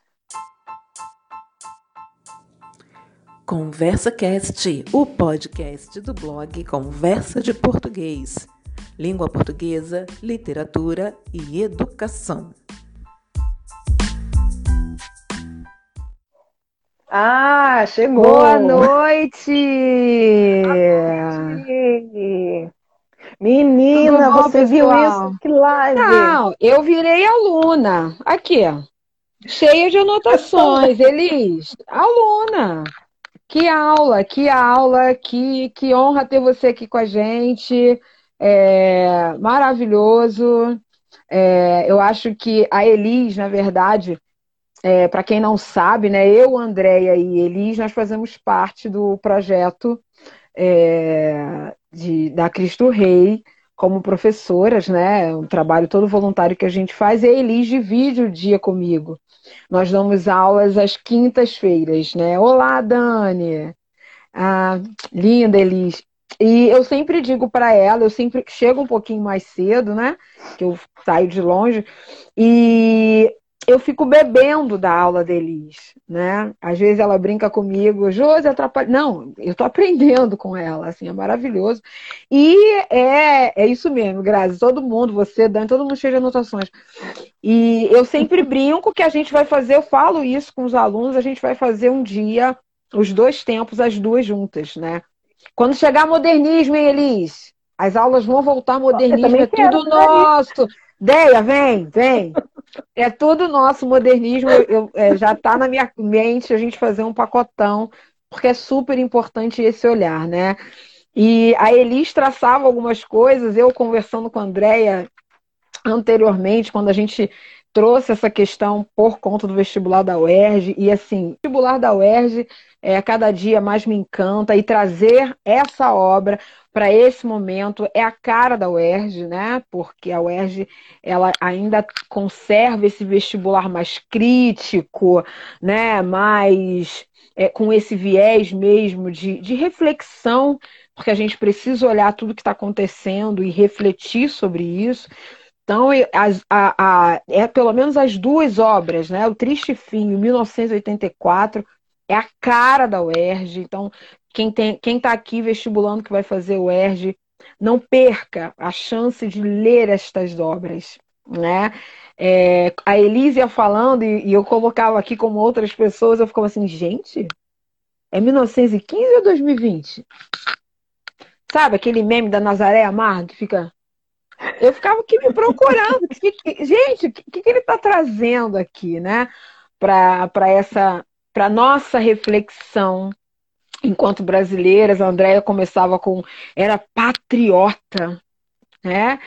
ConversaCast, o podcast do blog Conversa de Português. Língua portuguesa, literatura e educação. Ah, chegou! Boa noite! Menina, bom, você pessoal? Viu isso? Que live! Não, eu virei aluna. Aqui, cheia de anotações. Elis, aluna! Que aula, que aula, que, que honra ter você aqui com a gente. É, maravilhoso. É, eu acho que a Elis, na verdade, é, para quem não sabe, né, eu, Andréia e Elis, nós fazemos parte do projeto é, de, da Cristo Rei como professoras, né, um trabalho todo voluntário que a gente faz, e a Elis divide o dia comigo. Nós damos aulas às quintas-feiras, né? Olá, Dani! Ah, linda, Elis! E eu sempre digo para ela, eu sempre chego um pouquinho mais cedo, né? Que eu saio de longe, e eu fico bebendo da aula da Elis, né? Às vezes ela brinca comigo, Josi, atrapalha. Não, eu tô aprendendo com ela, assim, é maravilhoso. E é, é isso mesmo, Grazi, todo mundo, você, Dani, todo mundo cheio de anotações. E eu sempre brinco que a gente vai fazer, eu falo isso com os alunos, a gente vai fazer um dia, os dois tempos, as duas juntas, né? Quando chegar modernismo, hein, Elis? As aulas vão voltar modernismo, é tudo nosso. Deia, vem, vem. É tudo nosso modernismo, eu, eu, é, já está na minha mente a gente fazer um pacotão, porque é super importante esse olhar, né? E a Elis traçava algumas coisas, eu conversando com a Andréia anteriormente, quando a gente trouxe essa questão por conta do vestibular da U E R J, e assim, o vestibular da U E R J é, cada dia mais me encanta, e trazer essa obra para esse momento é a cara da U E R J, né? Porque a U E R J ela ainda conserva esse vestibular mais crítico, né? Mais é, com esse viés mesmo de, de reflexão, porque a gente precisa olhar tudo que está acontecendo e refletir sobre isso. Então, as, a, a, é pelo menos as duas obras, né? O Triste Fim, em mil novecentos e oitenta e quatro, é a cara da U E R J. Então, quem tem, quem está aqui vestibulando que vai fazer o U E R J, não perca a chance de ler estas obras. né? É, a Elísia falando, e, e eu colocava aqui como outras pessoas, eu ficava assim, gente, é mil novecentos e quinze ou dois mil e vinte? Sabe aquele meme da Nazaré Amarga que fica... Eu ficava aqui me procurando. Que, que, gente, o que, que ele está trazendo aqui, né? Para essa, para nossa reflexão enquanto brasileiras. A Andréia começava com... Era patriota, né?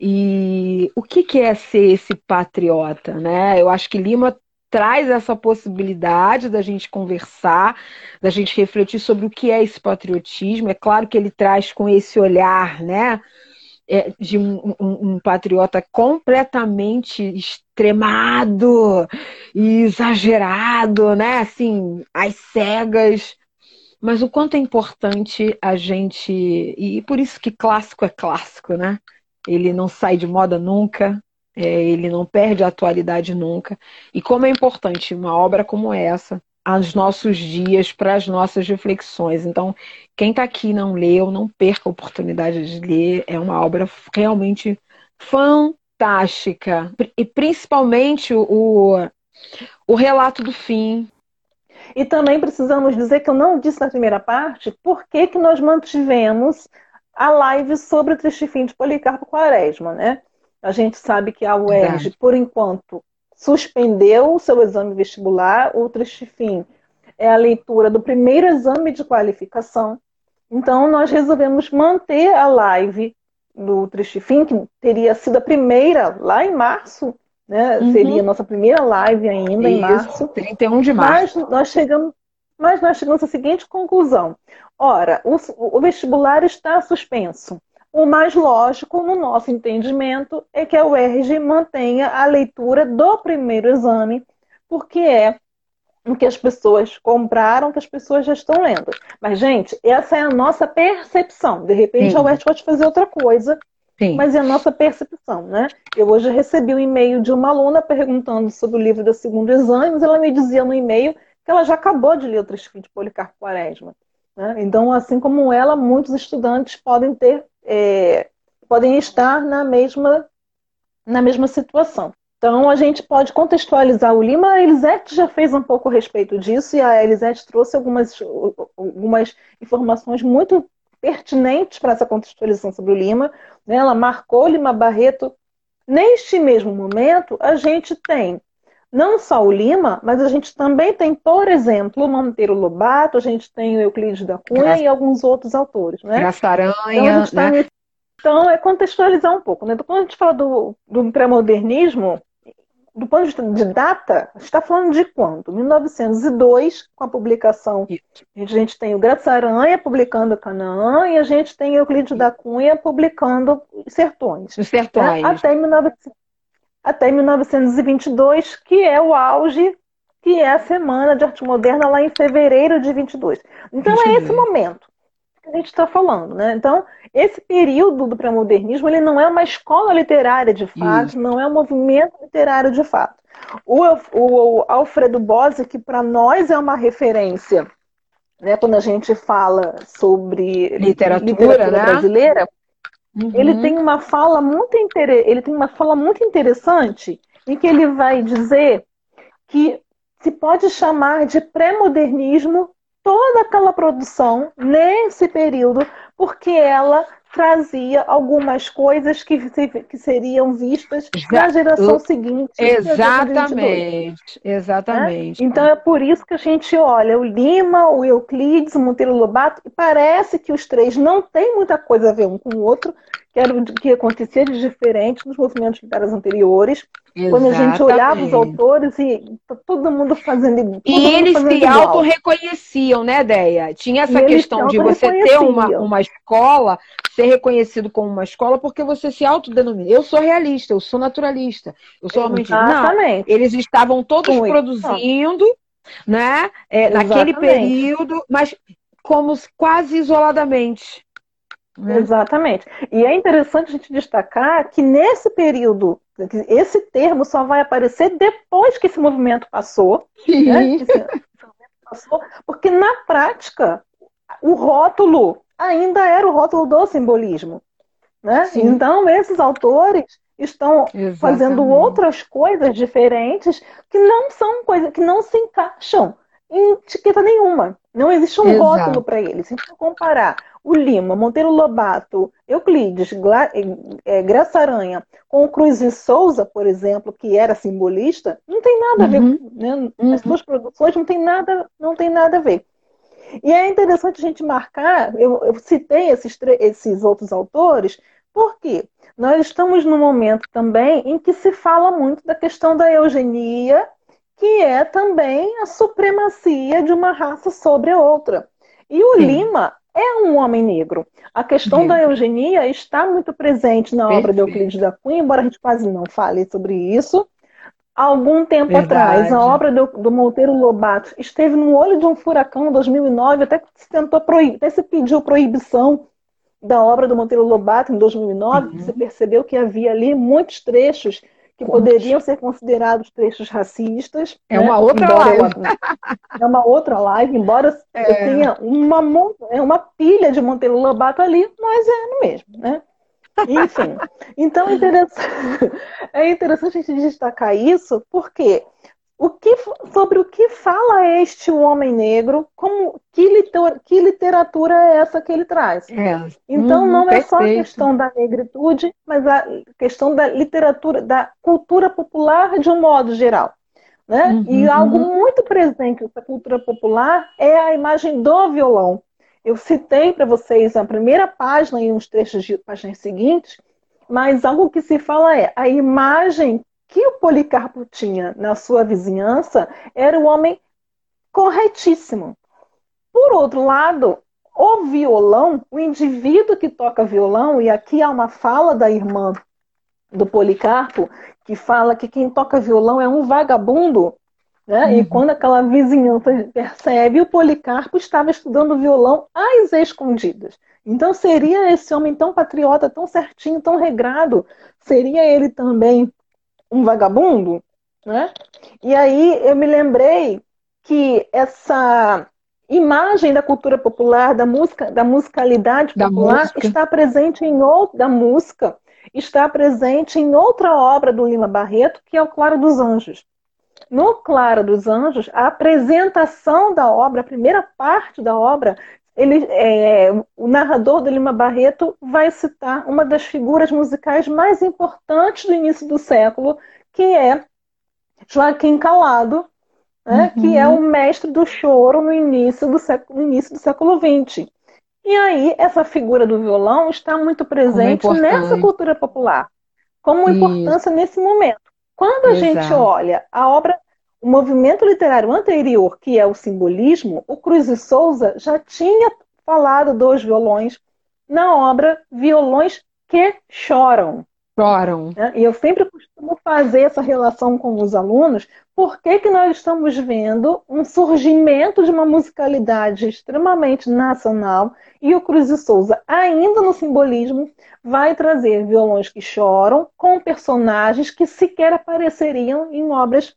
E o que, que é ser esse patriota, né? Eu acho que Lima traz essa possibilidade da gente conversar, da gente refletir sobre o que é esse patriotismo. É claro que ele traz com esse olhar, né? É, de um, um, um patriota completamente extremado e exagerado, né? Assim, às cegas. Mas o quanto é importante a gente... E por isso que clássico é clássico, né? Ele não sai de moda nunca, é, ele não perde a atualidade nunca. E como é importante uma obra como essa aos nossos dias, para as nossas reflexões. Então, quem está aqui e não leu, não perca a oportunidade de ler. É uma obra realmente fantástica. E principalmente o, o relato do fim. E também precisamos dizer que eu não disse na primeira parte por que, que nós mantivemos a live sobre o Triste Fim de Policarpo Quaresma, né? A gente sabe que a U E R J, por enquanto, suspendeu o seu exame vestibular. O Triste Fim é a leitura do primeiro exame de qualificação. Então, nós resolvemos manter a live do Triste Fim, que teria sido a primeira lá em março, né? Uhum. Seria a nossa primeira live ainda em Isso, março. trinta e um de março. Mas nós chegamos, mas nós chegamos à seguinte conclusão. Ora, o, o vestibular está suspenso. O mais lógico, no nosso entendimento, é que a U E R J mantenha a leitura do primeiro exame, porque é o que as pessoas compraram, que as pessoas já estão lendo. Mas, gente, essa é a nossa percepção. De repente, Sim. a U E R J pode fazer outra coisa, Sim. mas é a nossa percepção, né? Eu hoje recebi um e-mail de uma aluna perguntando sobre o livro do segundo exame, mas ela me dizia no e-mail que ela já acabou de ler o Triste Fim de Policarpo Quaresma. Né? Então, assim como ela, muitos estudantes podem ter, é, podem estar na mesma, na mesma situação. Então, a gente pode contextualizar o Lima. A Elisete já fez um pouco a respeito disso, e a Elisete trouxe algumas, algumas informações muito pertinentes para essa contextualização sobre o Lima. Ela marcou Lima Barreto. Neste mesmo momento, a gente tem não só o Lima, mas a gente também tem, por exemplo, o Monteiro Lobato, a gente tem o Euclides da Cunha Graça. E alguns outros autores. Né? Graça Aranha, então, tá né? Então, é contextualizar um pouco. Né? Então, quando a gente fala do, do pré-modernismo, do ponto de vista de data, a gente está falando de quando? mil novecentos e dois, com a publicação. A gente tem o Graça Aranha publicando Canaã e a gente tem o Euclides da Cunha publicando Sertões. Os Sertões. Né? Até, mil e novecentos, até mil novecentos e vinte e dois, que é o auge, que é a Semana de Arte Moderna lá em fevereiro de vinte e dois. Então é esse momento que a gente está falando, né? Então, esse período do pré-modernismo, ele não é uma escola literária de fato, Isso. não é um movimento literário de fato. O, o, o Alfredo Bose, que para nós é uma referência, né, quando a gente fala sobre literatura, literatura né? brasileira, uhum. ele tem uma fala muito inter... ele tem uma fala muito interessante em que ele vai dizer que se pode chamar de pré-modernismo toda aquela produção nesse período, porque ela trazia algumas coisas que, que seriam vistas na geração seguinte. Exatamente, exatamente. Né? Então é por isso que a gente olha o Lima, o Euclides, o Monteiro Lobato, e parece que os três não têm muita coisa a ver um com o outro, que era o que acontecia de diferente nos movimentos literários anteriores. Exatamente. Quando a gente olhava os autores e todo mundo fazendo E eles se auto-reconheciam, né, Déia? Tinha essa questão de você ter uma, uma escola, ser reconhecido como uma escola, porque você se autodenomina. Eu sou realista, eu sou naturalista, eu sou realmente... Não, eles estavam todos Muito. produzindo, né, é, naquele período, mas como quase isoladamente. Né? Exatamente. E é interessante a gente destacar que nesse período, esse termo só vai aparecer depois que esse movimento passou, né? Esse movimento passou, porque na prática o rótulo ainda era o rótulo do simbolismo. Né? Então esses autores estão Exatamente. fazendo outras coisas diferentes que não são coisas que não se encaixam em etiqueta nenhuma. Não existe um Exato. rótulo para eles. Se a gente comparar o Lima, Monteiro Lobato, Euclides, Gla- é, Graça Aranha com o Cruz e Souza, por exemplo, que era simbolista, não tem nada a ver, Uhum. né? Uhum. As suas produções não tem nada, não tem nada a ver. E é interessante a gente marcar, eu, eu citei esses, tre- esses outros autores, porque nós estamos num momento também em que se fala muito da questão da eugenia, que é também a supremacia de uma raça sobre a outra. E o Sim. Lima é um homem negro. A questão da Negro. eugenia está muito presente na obra de Perfeito. Euclides da Cunha, embora a gente quase não fale sobre isso. Há algum tempo Verdade. atrás, a obra do, do Monteiro Lobato esteve no olho de um furacão em dois mil e nove, até que se tentou proibir, até se pediu proibição da obra do Monteiro Lobato em dois mil e nove, Uhum. porque se percebeu que havia ali muitos trechos que poderiam ser considerados trechos racistas. É né? uma outra Embora eu- live. é uma outra live, embora É. eu tenha uma, mon- é uma pilha de Monteiro Lobato ali, mas é no mesmo, né? Enfim, então é interessante, é interessante a gente destacar isso, porque o que, sobre o que fala este homem negro, como, que, litor, que literatura é essa que ele traz? É. Então Uhum, não é só a perfeito. questão da negritude, mas a questão da literatura, da cultura popular de um modo geral. Né? E algo Uhum. muito presente nessa cultura popular é a imagem do violão. Eu citei para vocês a primeira página e uns trechos de páginas seguintes, mas algo que se fala é a imagem que o Policarpo tinha na sua vizinhança era um homem corretíssimo. Por outro lado, o violão, o indivíduo que toca violão, e aqui há uma fala da irmã do Policarpo, que fala que quem toca violão é um vagabundo, né? Uhum. E quando aquela vizinhança percebe, o Policarpo estava estudando violão às escondidas. Então seria esse homem tão patriota, tão certinho, tão regrado, seria ele também um vagabundo? Né? E aí eu me lembrei que essa imagem da cultura popular, da música, da musicalidade Da popular, música. está presente em outra, da música, está presente em outra obra do Lima Barreto, que é o Claro dos Anjos. No Claro dos Anjos, a apresentação da obra, a primeira parte da obra, ele, é, o narrador do Lima Barreto vai citar uma das figuras musicais mais importantes do início do século, que é Joaquim Calado, né, Uhum. que é o mestre do choro no início do século, no início do século vinte. E aí, essa figura do violão está muito presente Como é nessa importante. cultura popular, como Isso. importância nesse momento. Quando a gente Exato. olha a obra, o movimento literário anterior, que é o simbolismo, o Cruz e Souza já tinha falado dos violões na obra Violões que Choram. Choram. Né? E eu sempre costumo fazer essa relação com os alunos, porque que nós estamos vendo um surgimento de uma musicalidade extremamente nacional, e o Cruz e Souza, ainda no simbolismo, vai trazer violões que choram com personagens que sequer apareceriam em obras,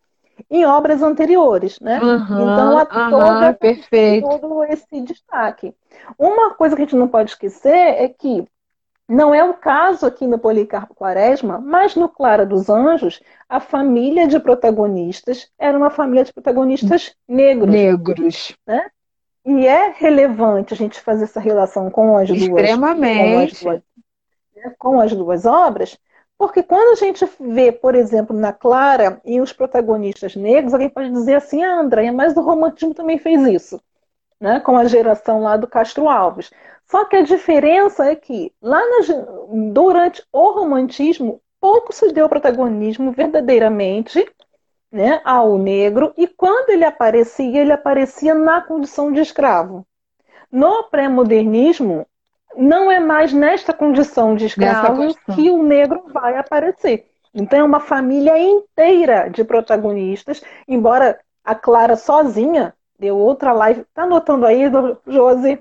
em obras anteriores. Né? Uhum, Então, há uhum, todo, perfeito. todo esse destaque. Uma coisa que a gente não pode esquecer é que não é o caso aqui no Policarpo Quaresma, mas no Clara dos Anjos, a família de protagonistas era uma família de protagonistas negros. Negros. Né? E é relevante a gente fazer essa relação com as duas, Extremamente. com as duas, com as duas obras, porque quando a gente vê, por exemplo, na Clara e os protagonistas negros, alguém pode dizer assim, ah, Andréia, mas o romantismo também fez isso. Né, com a geração lá do Castro Alves. Só que a diferença é que lá na, durante o romantismo pouco se deu protagonismo verdadeiramente, né, ao negro, e quando ele aparecia, ele aparecia na condição de escravo. No pré-modernismo, não é mais nesta condição de escravo que o negro vai aparecer. Então é uma família inteira de protagonistas, embora a Clara sozinha deu outra live. Tá anotando aí, Josi?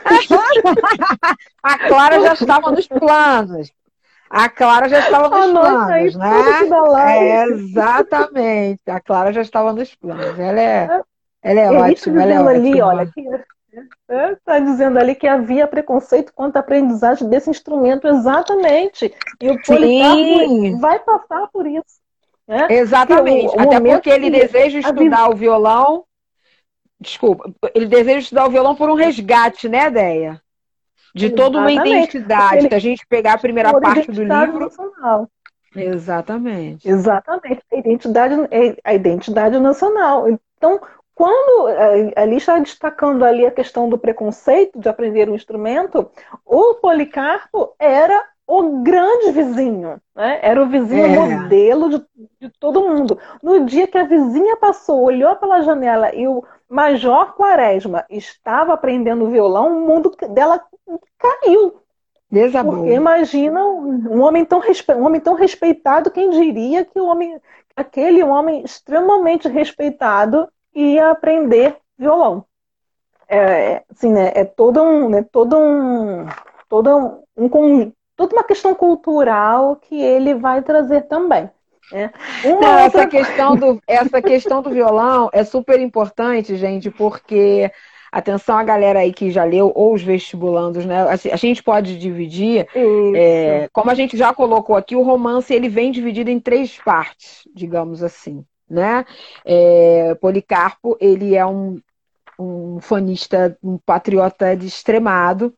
A Clara já estava nos planos. A Clara já estava nos Anota planos, aí, né? tudo que dá live. É, exatamente. A Clara já estava nos planos. Ela é, ela é É, ótima, ela é ali, ótima. olha, que Está dizendo ali que havia preconceito quanto à aprendizagem desse instrumento, exatamente. E o Policarpo Sim, vai passar por isso. Né? exatamente. O, o Até momento porque ele que deseja a vis- estudar o violão. Desculpa, ele deseja estudar o violão por um resgate, né, Déia? De toda uma Exatamente, porque identidade. ele Se a gente pegar a primeira por parte do identidade livro. nacional. Exatamente. Exatamente, a identidade, a identidade nacional. Então, quando eh, ali está destacando ali a questão do preconceito de aprender um instrumento, o Policarpo era o grande vizinho, né? Era o vizinho É, modelo de, de todo mundo. No dia que a vizinha passou, olhou pela janela e o Major Quaresma estava aprendendo violão, o mundo dela caiu. Porque desabou. imagina um homem tão, respe... um homem tão respeitado, quem diria que o homem, aquele homem extremamente respeitado ia aprender violão. É, assim, né, é todo um, né, todo um, todo um, um, con- toda uma questão cultural que ele vai trazer também. Né? Não, Uma essa outra coisa. questão do, essa questão do violão é super importante, gente, porque, atenção a galera aí que já leu, ou os vestibulandos, né? A, a gente pode dividir, Isso. é, como a gente já colocou aqui, o romance ele vem dividido em três partes, digamos assim, né? É, Policarpo, ele é um, um fanista, um patriota de extremado,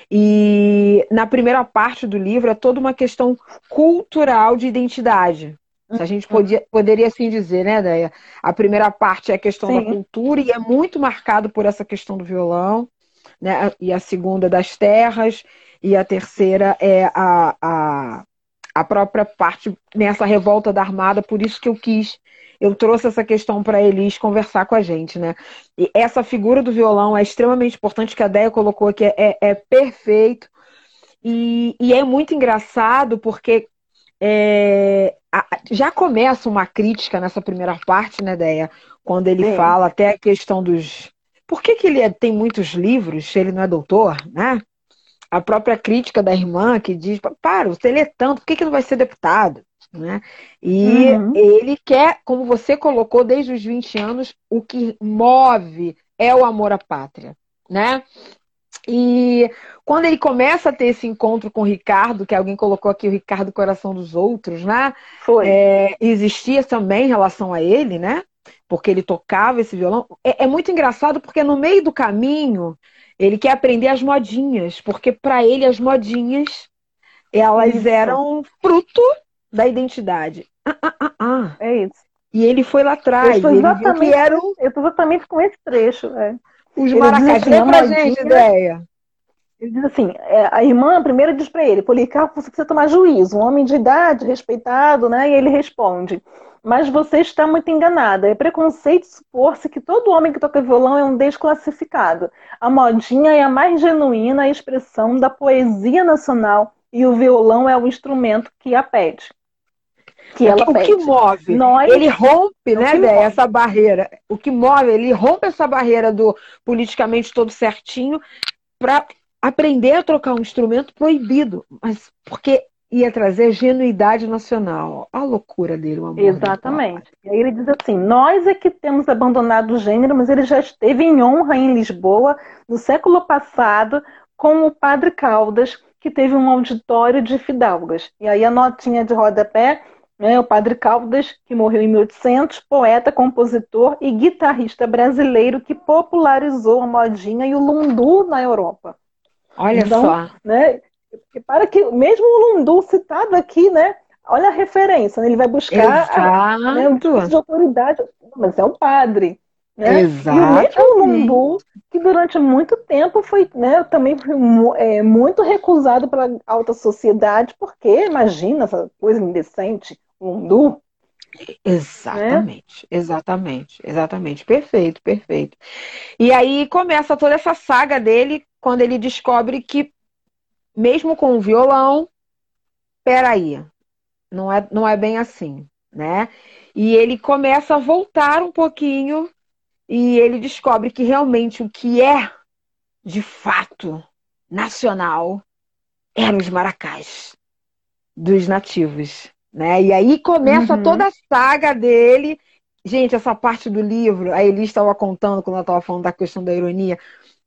e na primeira parte do livro é toda uma questão cultural de identidade. Se a gente podia, poderia assim dizer, né, Déia? A primeira parte é a questão da Sim. cultura e é muito marcado por essa questão do violão, né? E a segunda das terras, e a terceira é a, a, a própria parte nessa revolta da Armada, por isso que eu quis, eu trouxe essa questão para a Elis conversar com a gente, né? E essa figura do violão é extremamente importante, que a Déia colocou aqui, é, é, é perfeito, e, e é muito engraçado porque é, a- já começa uma crítica nessa primeira parte, né, Déia? Quando ele Sim. fala até a questão dos. Por que, que ele é- tem muitos livros se ele não é doutor, né? A própria crítica da irmã que diz: para, você lê tanto, por que, que não vai ser deputado? Né? E Uhum. ele quer, como você colocou desde os vinte anos, o que move é o amor à pátria, né? E quando ele começa a ter esse encontro com o Ricardo, que alguém colocou aqui o Ricardo Coração dos Outros, né? Foi. É, existia também em relação a ele, né? Porque ele tocava esse violão. É, é muito engraçado porque no meio do caminho ele quer aprender as modinhas, porque para ele as modinhas elas Isso. eram fruto da identidade. Ah, ah, ah, ah. É isso. E ele foi lá Eu atrás, estou ele viu que exatamente, eram eu estou exatamente com esse trecho. É. os Ele diz maracás. assim, Lê a pra gente, modinha, ideia. ele diz assim, é, a irmã primeiro diz para ele, Policarpo, você precisa tomar juízo, um homem de idade, respeitado, né? E ele responde, mas você está muito enganada, é preconceito supor-se que todo homem que toca violão é um desclassificado. A modinha é a mais genuína expressão da poesia nacional e o violão é o instrumento que a pede. Que ela O que pede. move, Nós, ele rompe, o né, que Déia, move. essa barreira. O que move, ele rompe essa barreira do politicamente todo certinho para aprender a trocar um instrumento proibido, mas porque ia trazer genuidade nacional. A loucura dele, o amor dele pela pátria. Exatamente. E aí ele diz assim: nós é que temos abandonado o gênero, mas ele já esteve em honra em Lisboa no século passado com o padre Caldas, que teve um auditório de fidalgas. E aí a notinha de rodapé, né, o padre Caldas, que morreu em mil e oitocentos, poeta, compositor e guitarrista brasileiro que popularizou a modinha e o lundu na Europa. Olha Então, só. né, para que mesmo o lundu citado aqui, né, olha a referência, né, ele vai buscar a, né, um discurso de Exato. autoridade, mas é um padre, né? E o mesmo Exatamente. lundu que durante muito tempo foi, né, também foi mu- é, muito recusado pela alta sociedade, porque imagina essa coisa indecente, lundu, né? Exatamente, exatamente, exatamente. Perfeito, perfeito. E aí começa toda essa saga dele quando ele descobre que, mesmo com o violão, peraí, não é, não é bem assim, né? E ele começa a voltar um pouquinho e ele descobre que realmente o que é, de fato, nacional eram os maracás dos nativos, né? E aí começa Uhum. toda a saga dele. Gente, essa parte do livro, a Elis estava contando quando ela estava falando da questão da ironia,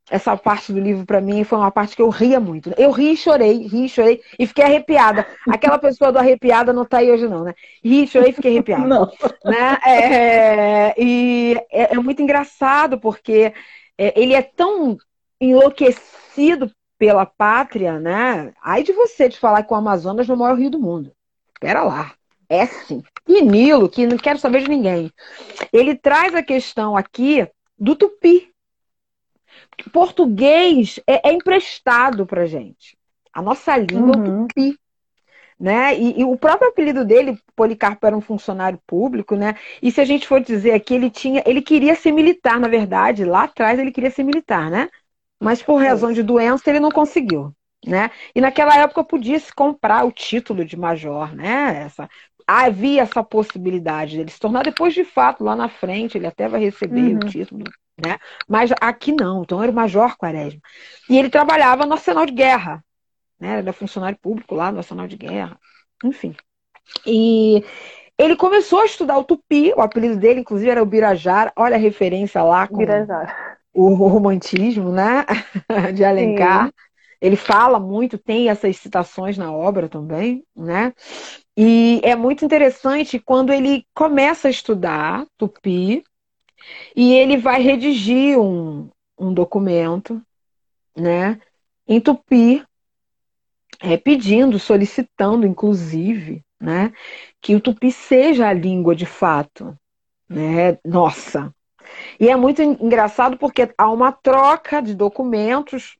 essa parte do livro para mim foi uma parte que eu ria muito. Eu ri e chorei, ri e chorei e fiquei arrepiada. Aquela pessoa do arrepiada não tá aí hoje não, né? Ri e chorei e fiquei arrepiada. Não. Né? É, e é, é muito engraçado porque é, ele é tão enlouquecido pela pátria, né? Ai de você de falar que o Amazonas é o maior rio do mundo. Espera lá. É sim. E Nilo, que não quero saber de ninguém. Ele traz a questão aqui do tupi. O português é, é emprestado pra gente. A nossa língua uhum. é o tupi. Né? E, e o próprio apelido dele, Policarpo, era um funcionário público, né? E se a gente for dizer aqui, ele tinha, ele queria ser militar, na verdade, lá atrás ele queria ser militar, né? Mas por razão de doença ele não conseguiu, né? E naquela época podia se comprar o título de major, né? Essa, havia essa possibilidade dele se tornar depois de fato, lá na frente, ele até vai receber uhum. o título, né? Mas aqui não, então era o Major Quaresma. E ele trabalhava no Arsenal de Guerra, né? Era funcionário público lá no Arsenal de Guerra, enfim. E ele começou a estudar o tupi, o apelido dele, inclusive, era o Birajara. Olha a referência lá com o, o romantismo, né? De Alencar. Sim. Ele fala muito, tem essas citações na obra também, né? E é muito interessante quando ele começa a estudar tupi e ele vai redigir um, um documento, né? Em tupi, é, pedindo, solicitando, inclusive, né, que o tupi seja a língua de fato, né? Nossa! E é muito engraçado porque há uma troca de documentos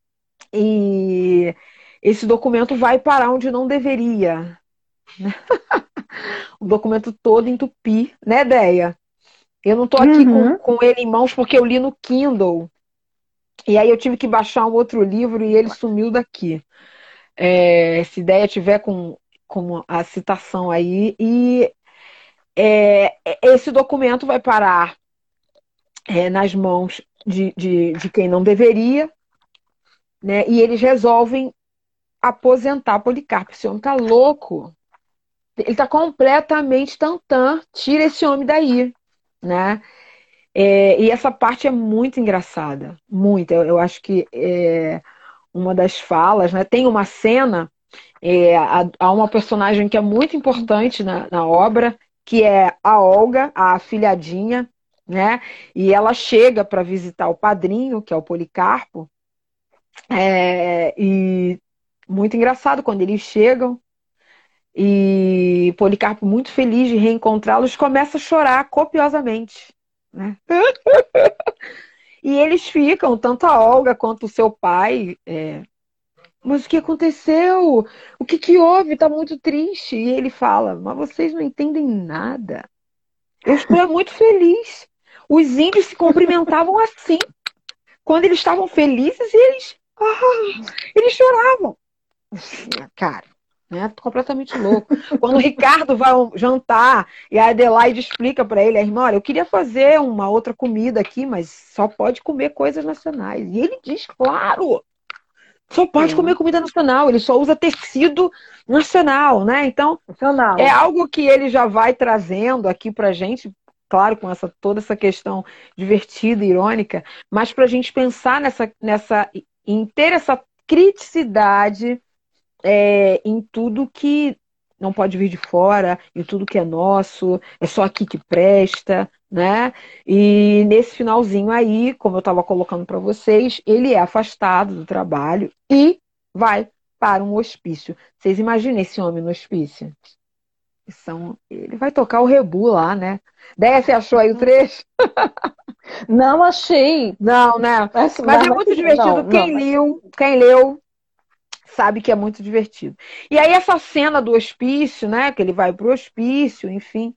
e esse documento vai para onde não deveria. O documento todo em tupi, né, Déia? Eu não estou aqui uhum. com, com ele em mãos porque eu li no Kindle. E aí eu tive que baixar um outro livro e ele sumiu daqui. É, se Déia tiver com, com a citação aí. E é, esse documento vai parar é, nas mãos de, de, de quem não deveria, né? E eles resolvem aposentar Policarpo. Esse homem tá louco. Ele tá completamente tantã. Tira esse homem daí, né? É, e essa parte é muito engraçada. Muito. Eu, eu acho que é uma das falas, né? Tem uma cena, é, há, há uma personagem que é muito importante na, na obra, que é a Olga, a afilhadinha, né? E ela chega para visitar o padrinho, que é o Policarpo. É, e muito engraçado quando eles chegam. E Policarpo, muito feliz de reencontrá-los, começa a chorar copiosamente, né? E eles ficam, tanto a Olga quanto o seu pai, é, mas o que aconteceu? O que que houve? Está muito triste. E ele fala, mas vocês não entendem nada. Eu estou muito feliz. Os índios se cumprimentavam assim. Quando eles estavam felizes, eles, ah, eles choravam. Cara, né? Completamente louco. Quando o Ricardo vai jantar e a Adelaide explica para ele, a irmã, olha, eu queria fazer uma outra comida aqui, mas só pode comer coisas nacionais. E ele diz, claro, só pode Sim. comer comida nacional, ele só usa tecido nacional, né? Então, nacional. É algo que ele já vai trazendo aqui pra gente, claro, com essa, toda essa questão divertida e irônica, mas pra gente pensar nessa, nessa, em ter essa criticidade É, em tudo que não pode vir de fora, em tudo que é nosso, é só aqui que presta, né? E nesse finalzinho aí, como eu estava colocando para vocês, ele é afastado do trabalho e vai para um hospício. Vocês imaginem esse homem no hospício? São... Ele vai tocar o rebu lá, né? Déia, você achou aí o trecho? Não achei. Não, né? Mas, mas é muito divertido. Não, quem não, leu, quem leu, sabe que é muito divertido. E aí essa cena do hospício, né, que ele vai pro hospício, enfim,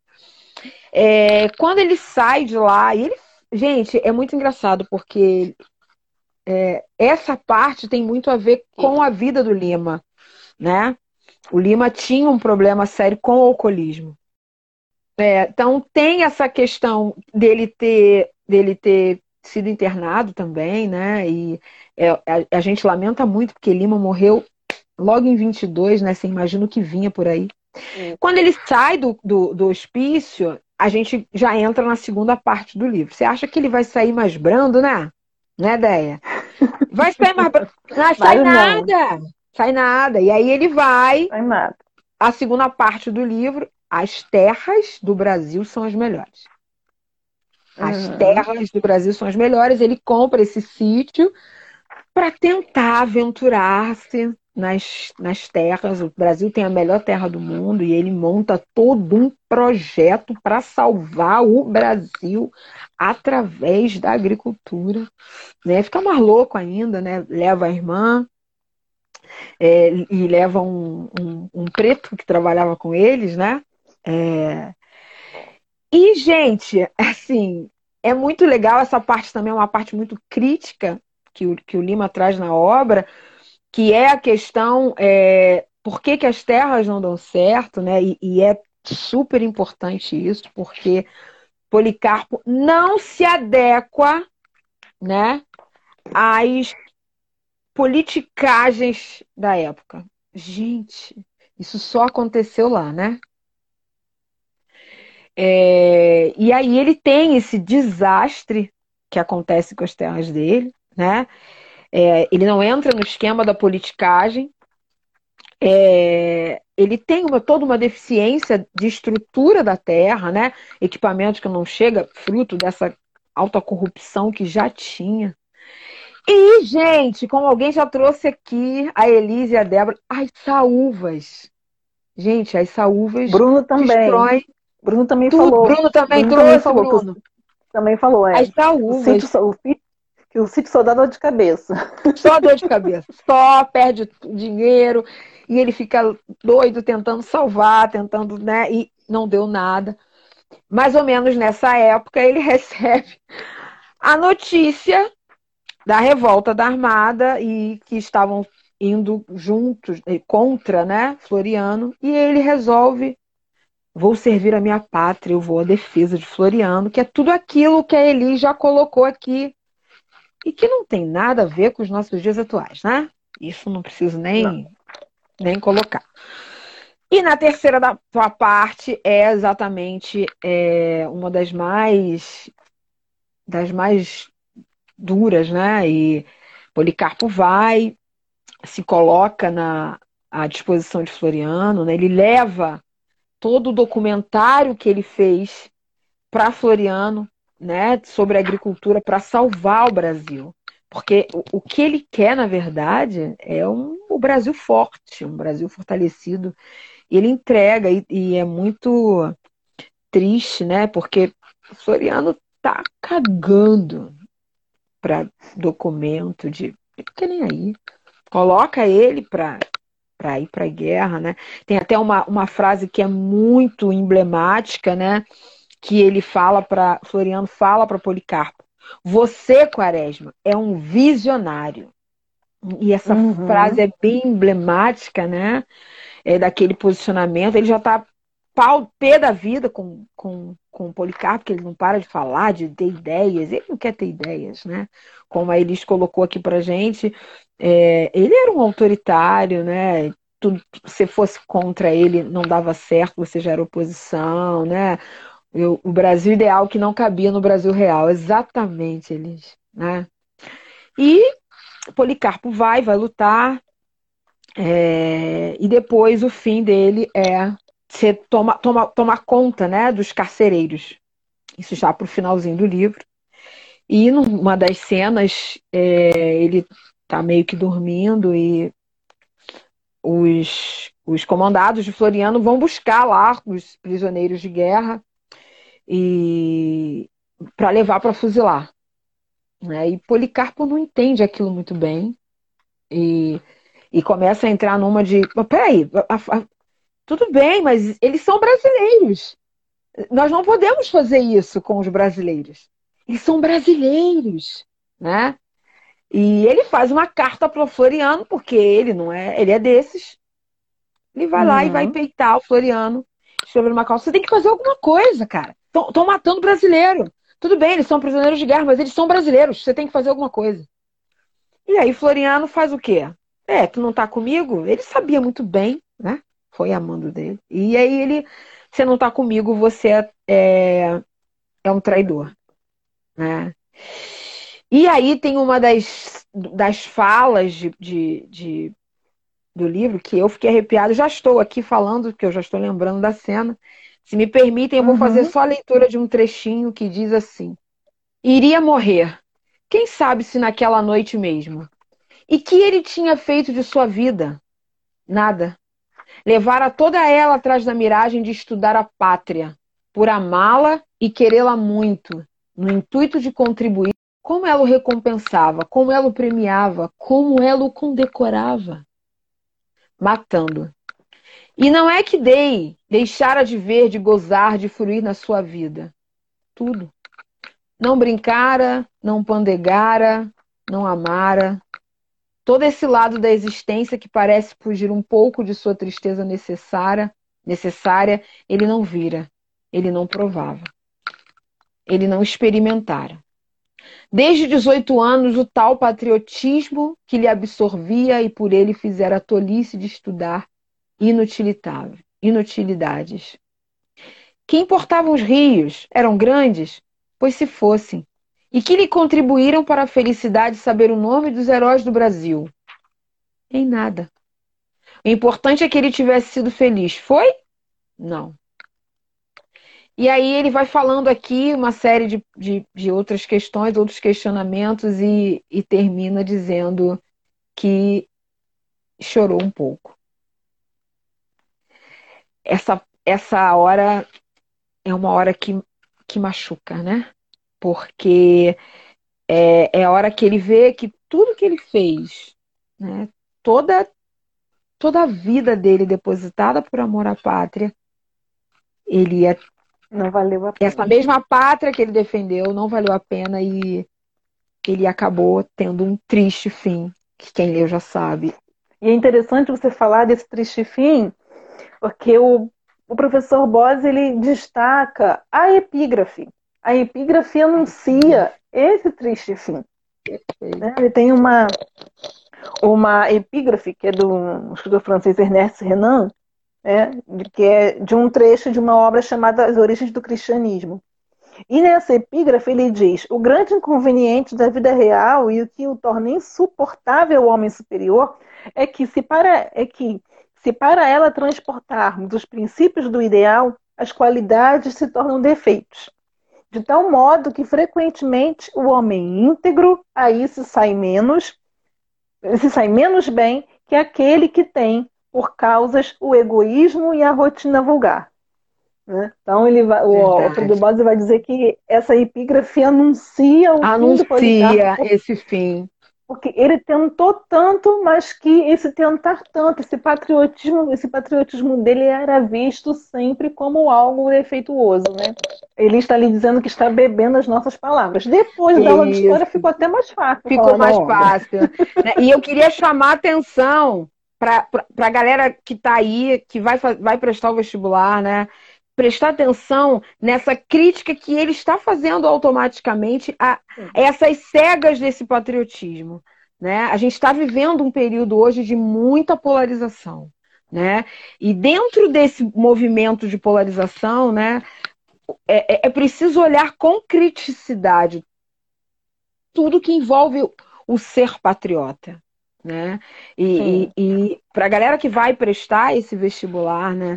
é, quando ele sai de lá, e ele, gente, é muito engraçado, porque é, essa parte tem muito a ver com a vida do Lima, né? O Lima tinha um problema sério com o alcoolismo. É, então tem essa questão dele ter, dele ter sido internado também, né? E é, a, a gente lamenta muito porque Lima morreu logo em vinte e dois, né? Você imagina o que vinha por aí. É. Quando ele sai do, do, do hospício, a gente já entra na segunda parte do livro. Você acha que ele vai sair mais brando, né? Né, Déia? Vai sair mais. Não, sai Vários não. nada. Sai nada. E aí ele vai. Não é nada. A segunda parte do livro, as terras do Brasil são as melhores. As Uhum. terras do Brasil são as melhores. Ele compra esse sítio para tentar aventurar-se nas, nas terras. O Brasil tem a melhor terra do mundo e ele monta todo um projeto para salvar o Brasil através da agricultura. Né? Fica mais louco ainda, né? Leva a irmã é, e leva um, um, um preto que trabalhava com eles, né? É... E, gente, assim, é muito legal. Essa parte também é uma parte muito crítica que o, que o Lima traz na obra, que é a questão é, por que, que as terras não dão certo, né? E, e é super importante isso, porque Policarpo não se adequa, né, às politicagens da época. Gente, isso só aconteceu lá, né? É, e aí ele tem esse desastre que acontece com as terras dele, né? É, ele não entra no esquema da politicagem. É, ele tem uma, toda uma deficiência de estrutura da terra, né? Equipamentos que não chega, fruto dessa alta corrupção que já tinha. E, gente, como alguém já trouxe aqui, a Elise e a Débora, as saúvas. Gente, as saúvas Bruno também. destroem Bruno também tudo. falou. Bruno também Bruno trouxe, também falou, que o- Bruno. Também falou, é. As O saúvas. sítio, o, fi- que o sítio só dá dor de cabeça. Só dor de cabeça, só perde dinheiro e ele fica doido tentando salvar, tentando, né? E não deu nada. Mais ou menos nessa época ele recebe a notícia da revolta da Armada e que estavam indo juntos contra, né, Floriano, e ele resolve: vou servir a minha pátria, eu vou à defesa de Floriano, que é tudo aquilo que a Eli já colocou aqui. E que não tem nada a ver com os nossos dias atuais, né? Isso não preciso nem, nem colocar. E na terceira da tua parte é exatamente é, uma das mais das mais duras, né? E Policarpo vai, se coloca na, à disposição de Floriano, né? Ele leva todo o documentário que ele fez para Floriano, né, sobre a agricultura para salvar o Brasil. Porque o, o que ele quer, na verdade, é um, o Brasil forte, um Brasil fortalecido. E ele entrega, e, e é muito triste, né? Porque o Floriano tá cagando para documento de. Não quer nem aí. Coloca ele para para ir para a guerra, né? Tem até uma, uma frase que é muito emblemática, né? Que ele fala para Floriano fala para Policarpo: você, Quaresma, é um visionário. E essa Uhum. frase é bem emblemática, né? É daquele posicionamento. Ele já está pau pé da vida com, com, com o Policarpo, que ele não para de falar, de ter ideias. Ele não quer ter ideias, né? Como a Elis colocou aqui pra gente, é, ele era um autoritário, né? Tudo, se fosse contra ele, não dava certo, você já era oposição, né? Eu, o Brasil ideal que não cabia no Brasil real. Exatamente, Elis, né? E Policarpo vai, vai lutar, é, e depois o fim dele é você toma, toma, tomar conta, né, dos carcereiros. Isso já para o finalzinho do livro. E numa das cenas, é, ele tá meio que dormindo e os, os comandados de Floriano vão buscar lá os prisioneiros de guerra e para levar para fuzilar. Né? E Policarpo não entende aquilo muito bem e, e começa a entrar numa de... Peraí, a, a, tudo bem, mas eles são brasileiros. Nós não podemos fazer isso com os brasileiros. Eles são brasileiros, né? E ele faz uma carta para o Floriano, porque ele não é, ele é desses. Ele vai lá e vai Uhum. peitar o Floriano, escrever uma carta. Você tem que fazer alguma coisa, cara. Estão matando brasileiro. Tudo bem, eles são prisioneiros de guerra, mas eles são brasileiros. Você tem que fazer alguma coisa. E aí Floriano faz o quê? É, tu não tá comigo? Ele sabia muito bem, né? Foi amando dele. E aí ele, você não tá comigo, você é, é um traidor, né? E aí tem uma das, das falas de, de, de, do livro que eu fiquei arrepiada. Já estou aqui falando, que eu já estou lembrando da cena. Se me permitem, eu vou Uhum. fazer só a leitura de um trechinho que diz assim: iria morrer, quem sabe se naquela noite mesmo. E que ele tinha feito de sua vida? Nada. Levara toda ela atrás da miragem de estudar a pátria, por amá-la e querê-la muito, no intuito de contribuir. Como ela o recompensava, como ela o premiava, como ela o condecorava. Matando. E não é que dei, deixara de ver, de gozar, de fruir na sua vida. Tudo. Não brincara, não pandegara, não amara. Todo esse lado da existência que parece fugir um pouco de sua tristeza necessária, necessária, ele não vira, ele não provava. Ele não experimentara. Desde dezoito anos, o tal patriotismo que lhe absorvia e por ele fizera a tolice de estudar inutilitável, inutilidades. Que importavam os rios? Eram grandes? Pois se fossem. E que lhe contribuíram para a felicidade saber o nome dos heróis do Brasil? Em nada. O importante é que ele tivesse sido feliz. Foi? Não. E aí ele vai falando aqui uma série de, de, de outras questões, outros questionamentos e, e termina dizendo que chorou um pouco. Essa, essa hora é uma hora que, que machuca, né? Porque é, é a hora que ele vê que tudo que ele fez, né, toda, toda a vida dele depositada por amor à pátria, ele ia... Não valeu a pena. Essa mesma pátria que ele defendeu não valeu a pena e ele acabou tendo um triste fim, que quem leu já sabe. E é interessante você falar desse triste fim, porque o, o professor Bosi, ele destaca a epígrafe. A epígrafe anuncia esse triste fim. Né? Ele tem uma, uma epígrafe que é do escritor francês Ernest Renan, né? Que é de um trecho de uma obra chamada As Origens do Cristianismo. E nessa epígrafe ele diz: o grande inconveniente da vida real e o que o torna insuportável ao homem superior é que se para, é que, se para ela transportarmos os princípios do ideal, as qualidades se tornam defeitos. De tal modo que frequentemente o homem íntegro aí se sai menos, se sai menos bem que aquele que tem por causas o egoísmo e a rotina vulgar. Né? Então ele vai, o Alfredo Bosi vai dizer que essa epígrafe anuncia o anuncia fim do Policarpo, esse fim. Porque ele tentou tanto, mas que esse tentar tanto, esse patriotismo, esse patriotismo dele era visto sempre como algo defeituoso, né? Ele está ali dizendo que está bebendo as nossas palavras. Depois da aula de história ficou até mais fácil. Ficou mais fácil. E eu queria chamar a atenção para a galera que está aí, que vai, vai prestar o vestibular, né? Prestar atenção nessa crítica que ele está fazendo automaticamente a essas cegas desse patriotismo. Né? A gente está vivendo um período hoje de muita polarização. Né? E dentro desse movimento de polarização, né, é, é preciso olhar com criticidade tudo que envolve o, o ser patriota. Né? E, e, e para a galera que vai prestar esse vestibular, né,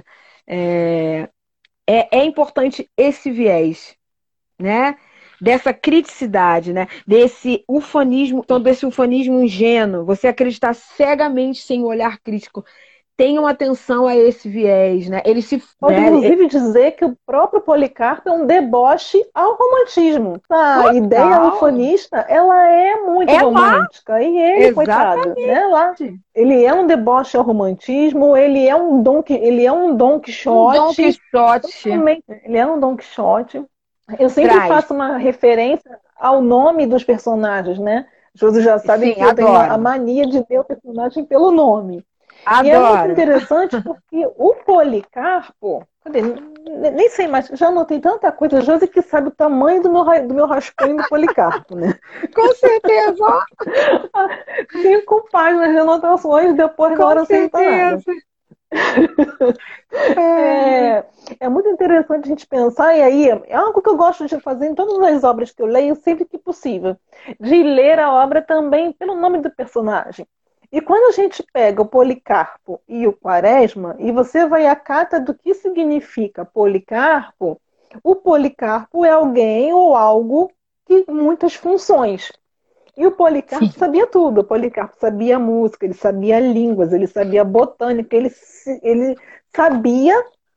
é, É, é importante esse viés, né? Dessa criticidade, né? Desse ufanismo, todo esse ufanismo ingênuo, você acreditar cegamente sem olhar crítico. Tenham atenção a esse viés, né? Ele se pode, né? inclusive, dizer que o próprio Policarpo é um deboche ao romantismo. A Total. Ideia ufanista, ela é muito é romântica. Lá. E ele, Exatamente. Coitado, né? Lá, ele é um deboche ao romantismo, ele é um Don, ele é um Don Quixote. Um Don Quixote. Ele é um Don Quixote. Eu sempre Traz. faço uma referência ao nome dos personagens, né? Josi já sabe Sim, que eu adoro. tenho a mania de ver o personagem pelo nome. Adoro. E é muito interessante porque o Policarpo, nem sei mais, já anotei tanta coisa, Josi que sabe o tamanho do meu, do meu rascunho do Policarpo, né? Com certeza! Cinco páginas de anotações depois da hora sentada. É, é muito interessante a gente pensar, e aí é algo que eu gosto de fazer em todas as obras que eu leio, sempre que possível, de ler a obra também pelo nome do personagem. E quando a gente pega o Policarpo e o Quaresma, e você vai à cata do que significa Policarpo, o Policarpo é alguém ou algo que muitas funções. E o Policarpo Sim. sabia tudo. O Policarpo sabia música, ele sabia línguas, ele sabia botânica, ele, ele sabia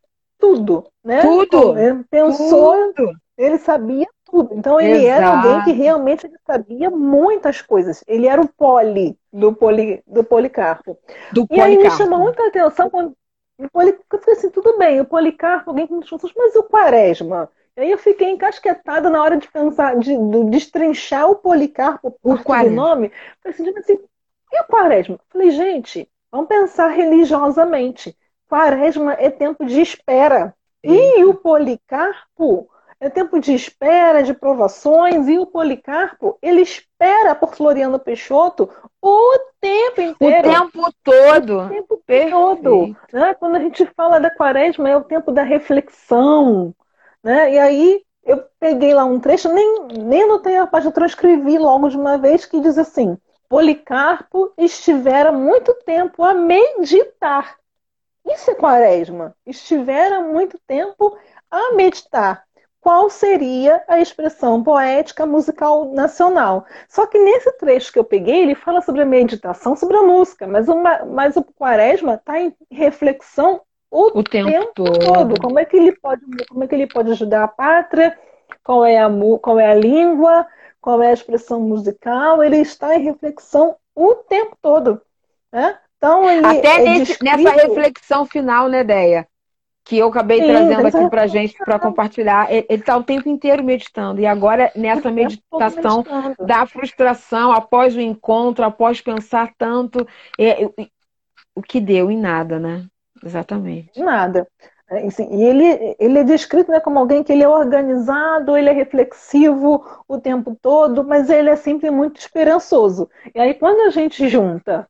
tudo, né? Tudo, Ele pensou, tudo. ele sabia tudo. Então ele era alguém que Exato. realmente sabia muitas coisas. Ele era o poli do, poli, do Policarpo. Do E aí me chamou Policarpo. muita atenção quando o Policarpo, eu falei assim, tudo bem, o Policarpo, alguém com muitas funções, mas o Quaresma? E aí eu fiquei encasquetada na hora de pensar, de, de destrinchar o Policarpo O por do Quaresma. nome. Falei assim, tipo assim, e o Quaresma? Falei, gente, vamos pensar religiosamente. Quaresma é tempo de espera. E o Policarpo é tempo de espera, de provações, e o Policarpo, ele espera por Floriano Peixoto o tempo O inteiro. tempo todo. O tempo todo. Perfeito. Né? Quando a gente fala da Quaresma, é o tempo da reflexão. Né? E aí eu peguei lá um trecho, nem, nem anotei a página, transcrevi logo de uma vez, que diz assim: Policarpo estivera muito tempo a meditar. Isso é Quaresma. Estivera muito tempo a meditar. Qual seria a expressão poética musical nacional? Só que nesse trecho que eu peguei, ele fala sobre a meditação, sobre a música, mas, uma, mas o Quaresma está em reflexão o, O tempo tempo todo. todo. Como é que ele pode, como é que ele pode ajudar a pátria? Qual é a, qual é a língua? Qual é a expressão musical? Ele está em reflexão o tempo todo. Né? Então ele Até é nesse, descrito... nessa reflexão final, né, Deia? Que eu acabei Sim, trazendo essa aqui pra gente, para compartilhar. Ele está o tempo inteiro meditando. E agora, nessa meditação meditando. da frustração, após o encontro, após pensar tanto, é, o que deu em nada, né? Exatamente. Nada. Assim, e ele, ele é descrito, né, como alguém que ele é organizado, ele é reflexivo o tempo todo, mas ele é sempre muito esperançoso. E aí, quando a gente junta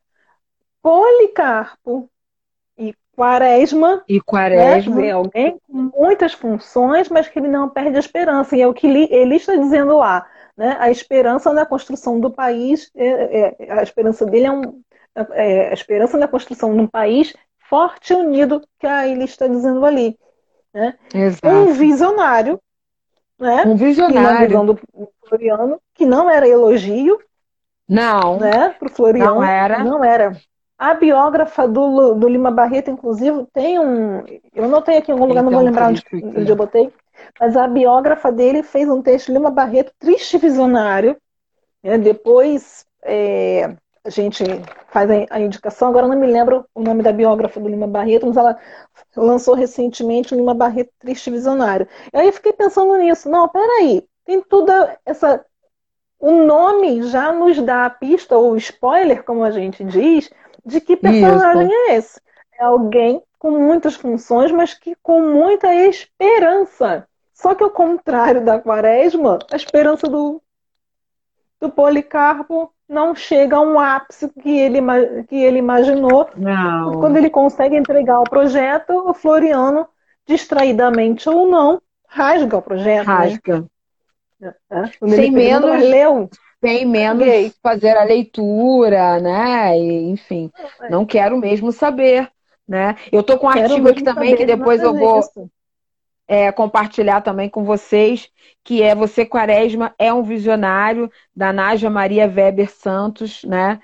Policarpo e Quaresma, E né, Quaresma. vê alguém com muitas funções, mas que ele não perde a esperança. E é o que ele, ele está dizendo lá. Né? A esperança na construção do país, é, é, a esperança dele é, um, é a esperança na construção de um país forte e unido, que a ele está dizendo ali. Né? Exato. Um visionário, né? Um visionário. Que na visão do Floriano, que não era elogio, não, né? Para o Floriano, não era. não era. A biógrafa do, do Lima Barreto, inclusive, tem um. Eu anotei aqui em algum lugar, não vou lembrar onde, onde eu botei, mas a biógrafa dele fez um texto, Lima Barreto, triste visionário. Né? Depois é, a gente faz a, a indicação, agora não me lembro o nome da biógrafa do Lima Barreto, mas ela lançou recentemente o Lima Barreto, triste visionário. E aí eu fiquei pensando nisso, não, peraí, tem toda essa. O nome já nos dá a pista, ou spoiler, como a gente diz, de que personagem Isso. é esse. É alguém com muitas funções, mas que com muita esperança. Só que ao contrário da Quaresma, a esperança do, do Policarpo não chega a um ápice que ele, que ele imaginou. Não. Quando ele consegue entregar o projeto, o Floriano, distraidamente ou não, rasga o projeto. Rasga. Né? É, sem menos, leu, sem menos fazer a leitura, né? E, enfim, é. não quero mesmo saber, né? Eu tô com um artigo aqui também que depois eu vou é, compartilhar também com vocês, que é Você Quaresma é um Visionário, da Nádia Maria Weber Santos, né?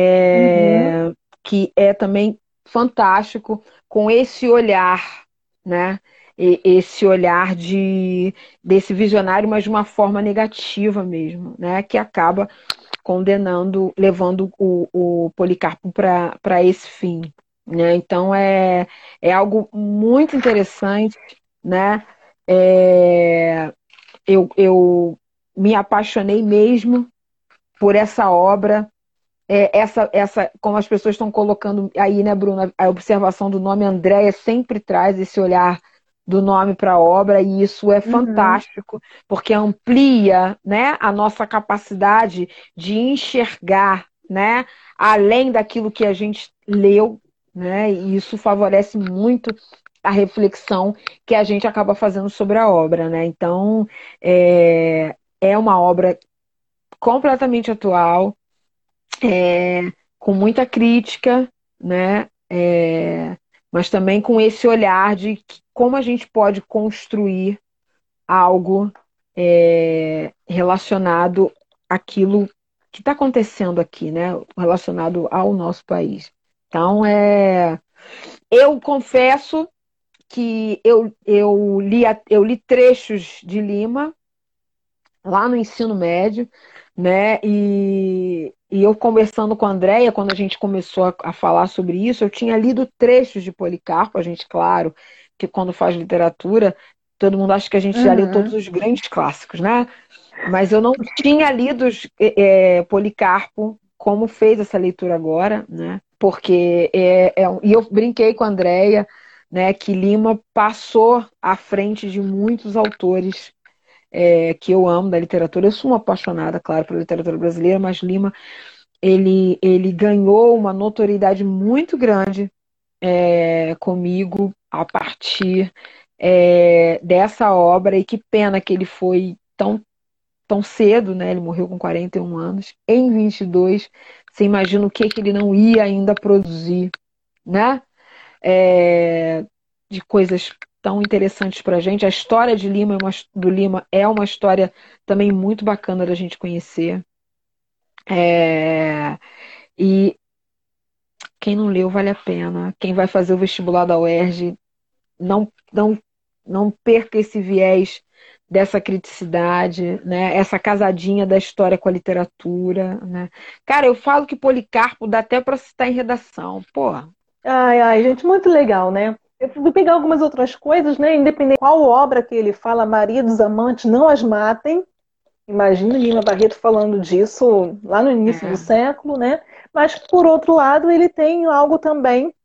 É, uhum. Que é também fantástico, com esse olhar, né? Esse olhar de, desse visionário, mas de uma forma negativa mesmo, né? Que acaba condenando, levando o, o Policarpo para esse fim. Né? Então é, é algo muito interessante, né? É, eu, eu me apaixonei mesmo por essa obra. É, essa, essa, como as pessoas estão colocando aí, né, Bruna? A observação do nome Andréia sempre traz esse olhar do nome para a obra, e isso é fantástico, uhum. porque amplia, né, a nossa capacidade de enxergar, né, além daquilo que a gente leu, né? E isso favorece muito a reflexão que a gente acaba fazendo sobre a obra, né? Então, é, é uma obra completamente atual, é, com muita crítica, né? É, mas também com esse olhar de que- como a gente pode construir algo é, relacionado àquilo que está acontecendo aqui, né? Relacionado ao nosso país. Então, é, eu confesso que eu, eu, li, a- eu li trechos de Lima lá no ensino médio, né? E, e eu conversando com a Andréia, quando a gente começou a, a falar sobre isso, eu tinha lido trechos de Policarpo, a gente, claro, que quando faz literatura, todo mundo acha que a gente já leu todos Uhum. os grandes clássicos, né? Mas eu não tinha lido os, é, é, Policarpo como fez essa leitura agora, né? Porque é, é um- e eu brinquei com a Andréia, né, que Lima passou à frente de muitos autores é, que eu amo da literatura. Eu sou uma apaixonada, claro, pela literatura brasileira, mas Lima ele, ele ganhou uma notoriedade muito grande é, comigo a partir é, dessa obra, e que pena que ele foi tão, tão cedo, né? Ele morreu com quarenta e um anos, em vinte e dois. Você imagina o que, que ele não ia ainda produzir, né? É, de coisas tão interessantes para a gente. A história de Lima, é uma- do Lima é uma história também muito bacana da gente conhecer. É, e quem não leu, vale a pena. Quem vai fazer o vestibular da U E R J, não, não, não perca esse viés dessa criticidade, né? Essa casadinha da história com a literatura, né? Cara, eu falo que Policarpo dá até para citar em redação. Pô, Ai, ai, gente, muito legal, né? Eu fui pegar algumas outras coisas, né? Independente de qual obra que ele fala, Maria dos Amantes, não as matem. Imagina Lima Barreto falando disso lá no início do é, século, né? Mas, por outro lado, ele tem algo também,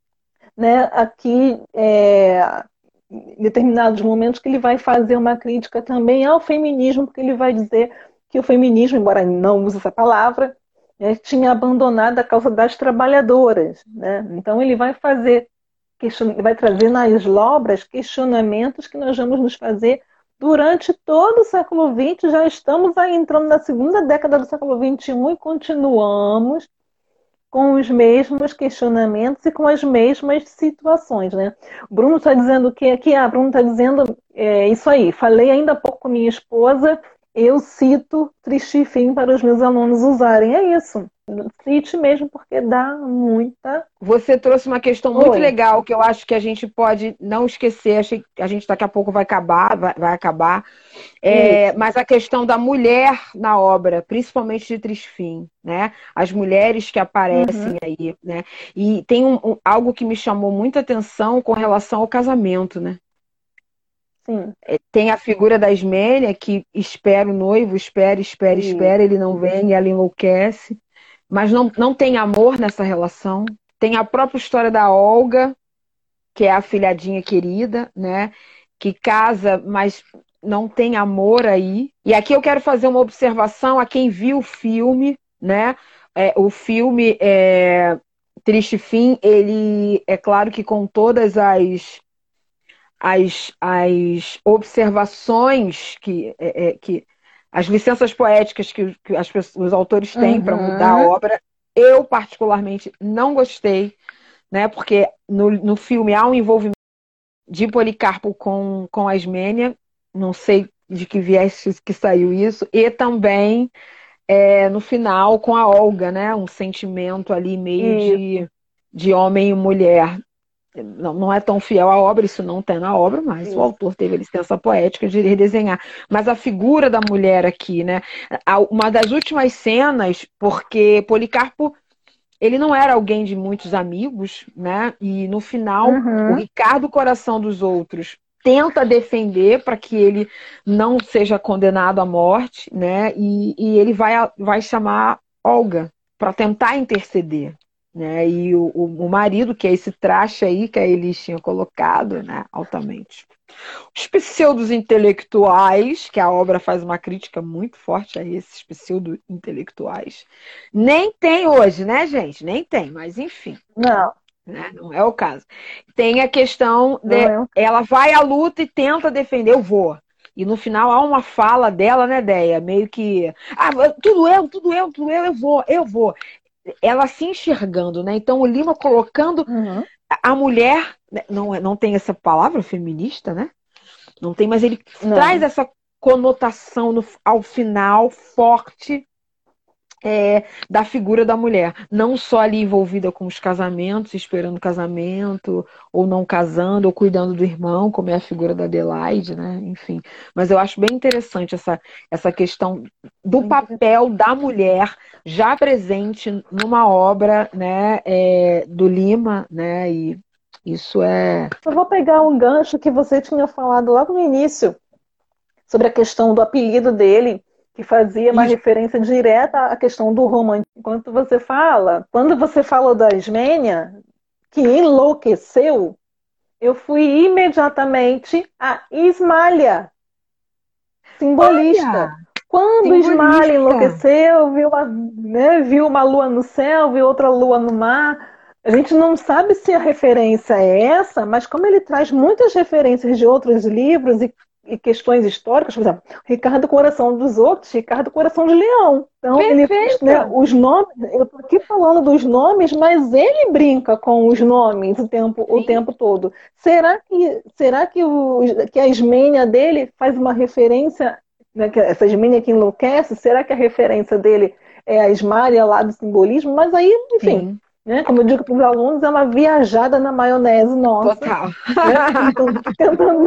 né, aqui, é, em determinados momentos, que ele vai fazer uma crítica também ao feminismo, porque ele vai dizer que o feminismo, embora não use essa palavra, né, tinha abandonado a causa das trabalhadoras, né? Então ele vai fazer, question... vai trazer nas obras questionamentos que nós vamos nos fazer durante todo o século vinte. Já estamos aí entrando na segunda década do século vinte e um e continuamos com os mesmos questionamentos e com as mesmas situações, né? O Bruno está dizendo que aqui, ah, Bruno está dizendo é, isso aí. Falei ainda há pouco com minha esposa, eu cito Triste Fim para os meus alunos usarem. É isso. Cite mesmo, porque dá muita. você trouxe uma questão muito Oi. legal que eu acho que a gente pode não esquecer. Achei que a gente daqui a pouco vai acabar, vai, vai acabar. É, Isso. mas a questão da mulher na obra, principalmente de Tristfim, né? As mulheres que Uhum. aparecem aí, né? E tem um, um- algo que me chamou muita atenção com relação ao casamento, né? Sim. É, tem a figura da Ismênia que espera o noivo, espera, espera, Isso. espera, ele não vem, ela enlouquece. Mas não, não tem amor nessa relação. Tem a própria história da Olga, que é a filhadinha querida, né? Que casa, mas não tem amor aí. E aqui eu quero fazer uma observação a quem viu o filme, né? É, o filme é, Triste Fim, ele é claro que com todas as as, as observações que, é, é, que as licenças poéticas que, que as pessoas, os autores têm para mudar a Uhum. obra, eu particularmente não gostei, né? Porque no, no filme há um envolvimento de Policarpo com, com a Ismênia, não sei de que viés que saiu isso, e também é, no final com a Olga, né? Um sentimento ali meio Isso. de, de homem e mulher. Não, não é tão fiel à obra, isso não tem na obra, mas o Isso. autor teve a licença poética de redesenhar. Mas a figura da mulher aqui, né? Uma das últimas cenas, porque Policarpo ele não era alguém de muitos amigos, né? E no final, o Uhum. Ricardo Coração dos Outros tenta defender para que ele não seja condenado à morte, né? E, e ele vai, vai chamar Olga para tentar interceder. Né? E o, o, o marido, que é esse traste aí que a Elis tinha colocado, né? Altamente. Os pseudos intelectuais, que a obra faz uma crítica muito forte a esses pseudo intelectuais, nem tem hoje, né, gente? Nem tem, mas enfim. Não. né? Não é o caso. Tem a questão de é. ela vai à luta e tenta defender, eu vou. E no final há uma fala dela, né, Deia? Meio que, ah, tudo eu, tudo eu, tudo eu, eu vou, eu vou. Ela se enxergando, né? Então o Lima colocando Uhum. a mulher, não, não tem essa palavra feminista, né? Não tem, mas ele Não. traz essa conotação no, ao final forte é, da figura da mulher. Não só ali envolvida com os casamentos, esperando casamento, ou não casando, ou cuidando do irmão, como é a figura da Adelaide, né? Enfim. Mas eu acho bem interessante essa, essa questão do papel da mulher já presente numa obra, né, é, do Lima, né? E isso é... Eu vou pegar um gancho que você tinha falado logo no início, sobre a questão do apelido dele, que fazia uma Isso. referência direta à questão do romance. Enquanto você fala, quando você falou da Ismênia, que enlouqueceu, eu fui imediatamente a Ismália, simbolista. Olha, Quando simbolista. Ismália enlouqueceu, viu uma, né, viu uma lua no céu, viu outra lua no mar. A gente não sabe se a referência é essa, mas como ele traz muitas referências de outros livros e e questões históricas, por exemplo, Ricardo Coração dos Outros, Ricardo Coração de Leão. Então, ele, né, os nomes, eu estou aqui falando dos nomes, mas ele brinca com os nomes o tempo, o tempo todo. Será que, será que, o, que a Ismênia dele faz uma referência, né, que essa Ismênia que enlouquece, será que a referência dele é a Ismália lá do simbolismo? Mas aí, enfim, né, como eu digo para os alunos, é uma viajada na maionese nossa. Total. Né, tentando... tentando...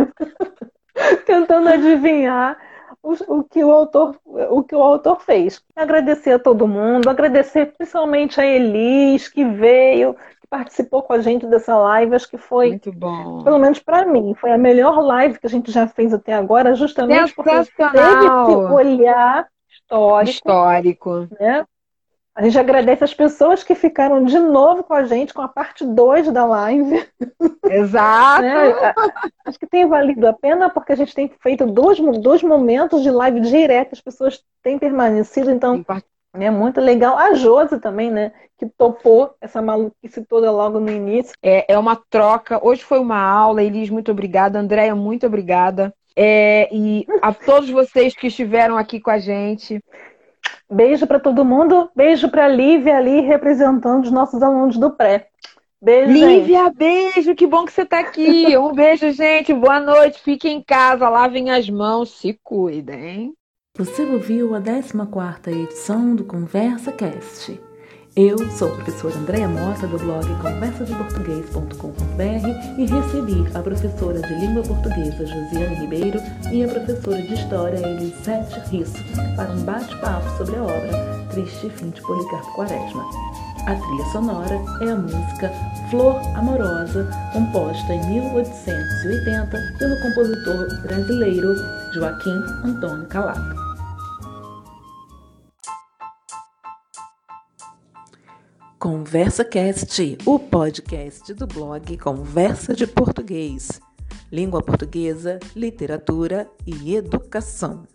tentando adivinhar o, o, que o, autor, o que o autor fez. Agradecer a todo mundo, agradecer principalmente a Elis, que veio, que participou com a gente dessa live. Acho que foi, muito bom. Pelo menos para mim, foi a melhor live que a gente já fez até agora, justamente porque teve esse olhar histórico. Histórico. Né? A gente agradece as pessoas que ficaram de novo com a gente, com a parte dois da live. Exato. Né? Acho que tem valido a pena, porque a gente tem feito dois, dois momentos de live direta, as pessoas têm permanecido, então é muito legal. A Josi também, né, que topou essa maluquice toda logo no início. É, é uma troca. Hoje foi uma aula, Elis, muito obrigada. Andréia, muito obrigada. É, e a todos vocês que estiveram aqui com a gente. Beijo para todo mundo. Beijo para a Lívia ali, representando os nossos alunos do pré. Beijo, Lívia, gente. beijo. Que bom que você está aqui. Um beijo, gente. Boa noite. Fiquem em casa. Lavem as mãos. Se cuidem. Você ouviu a décima quarta edição do Conversa Cast. Eu sou a professora Andréia Mota, do blog conversa de português ponto com ponto b r, e recebi a professora de língua portuguesa Josiane Ribeiro e a professora de história Elisete Risso para um bate-papo sobre a obra Triste Fim de Policarpo Quaresma. A trilha sonora é a música Flor Amorosa, composta em mil oitocentos e oitenta pelo compositor brasileiro Joaquim Antônio Calato. Conversa Cast, o podcast do blog Conversa de Português. Língua portuguesa, literatura e educação.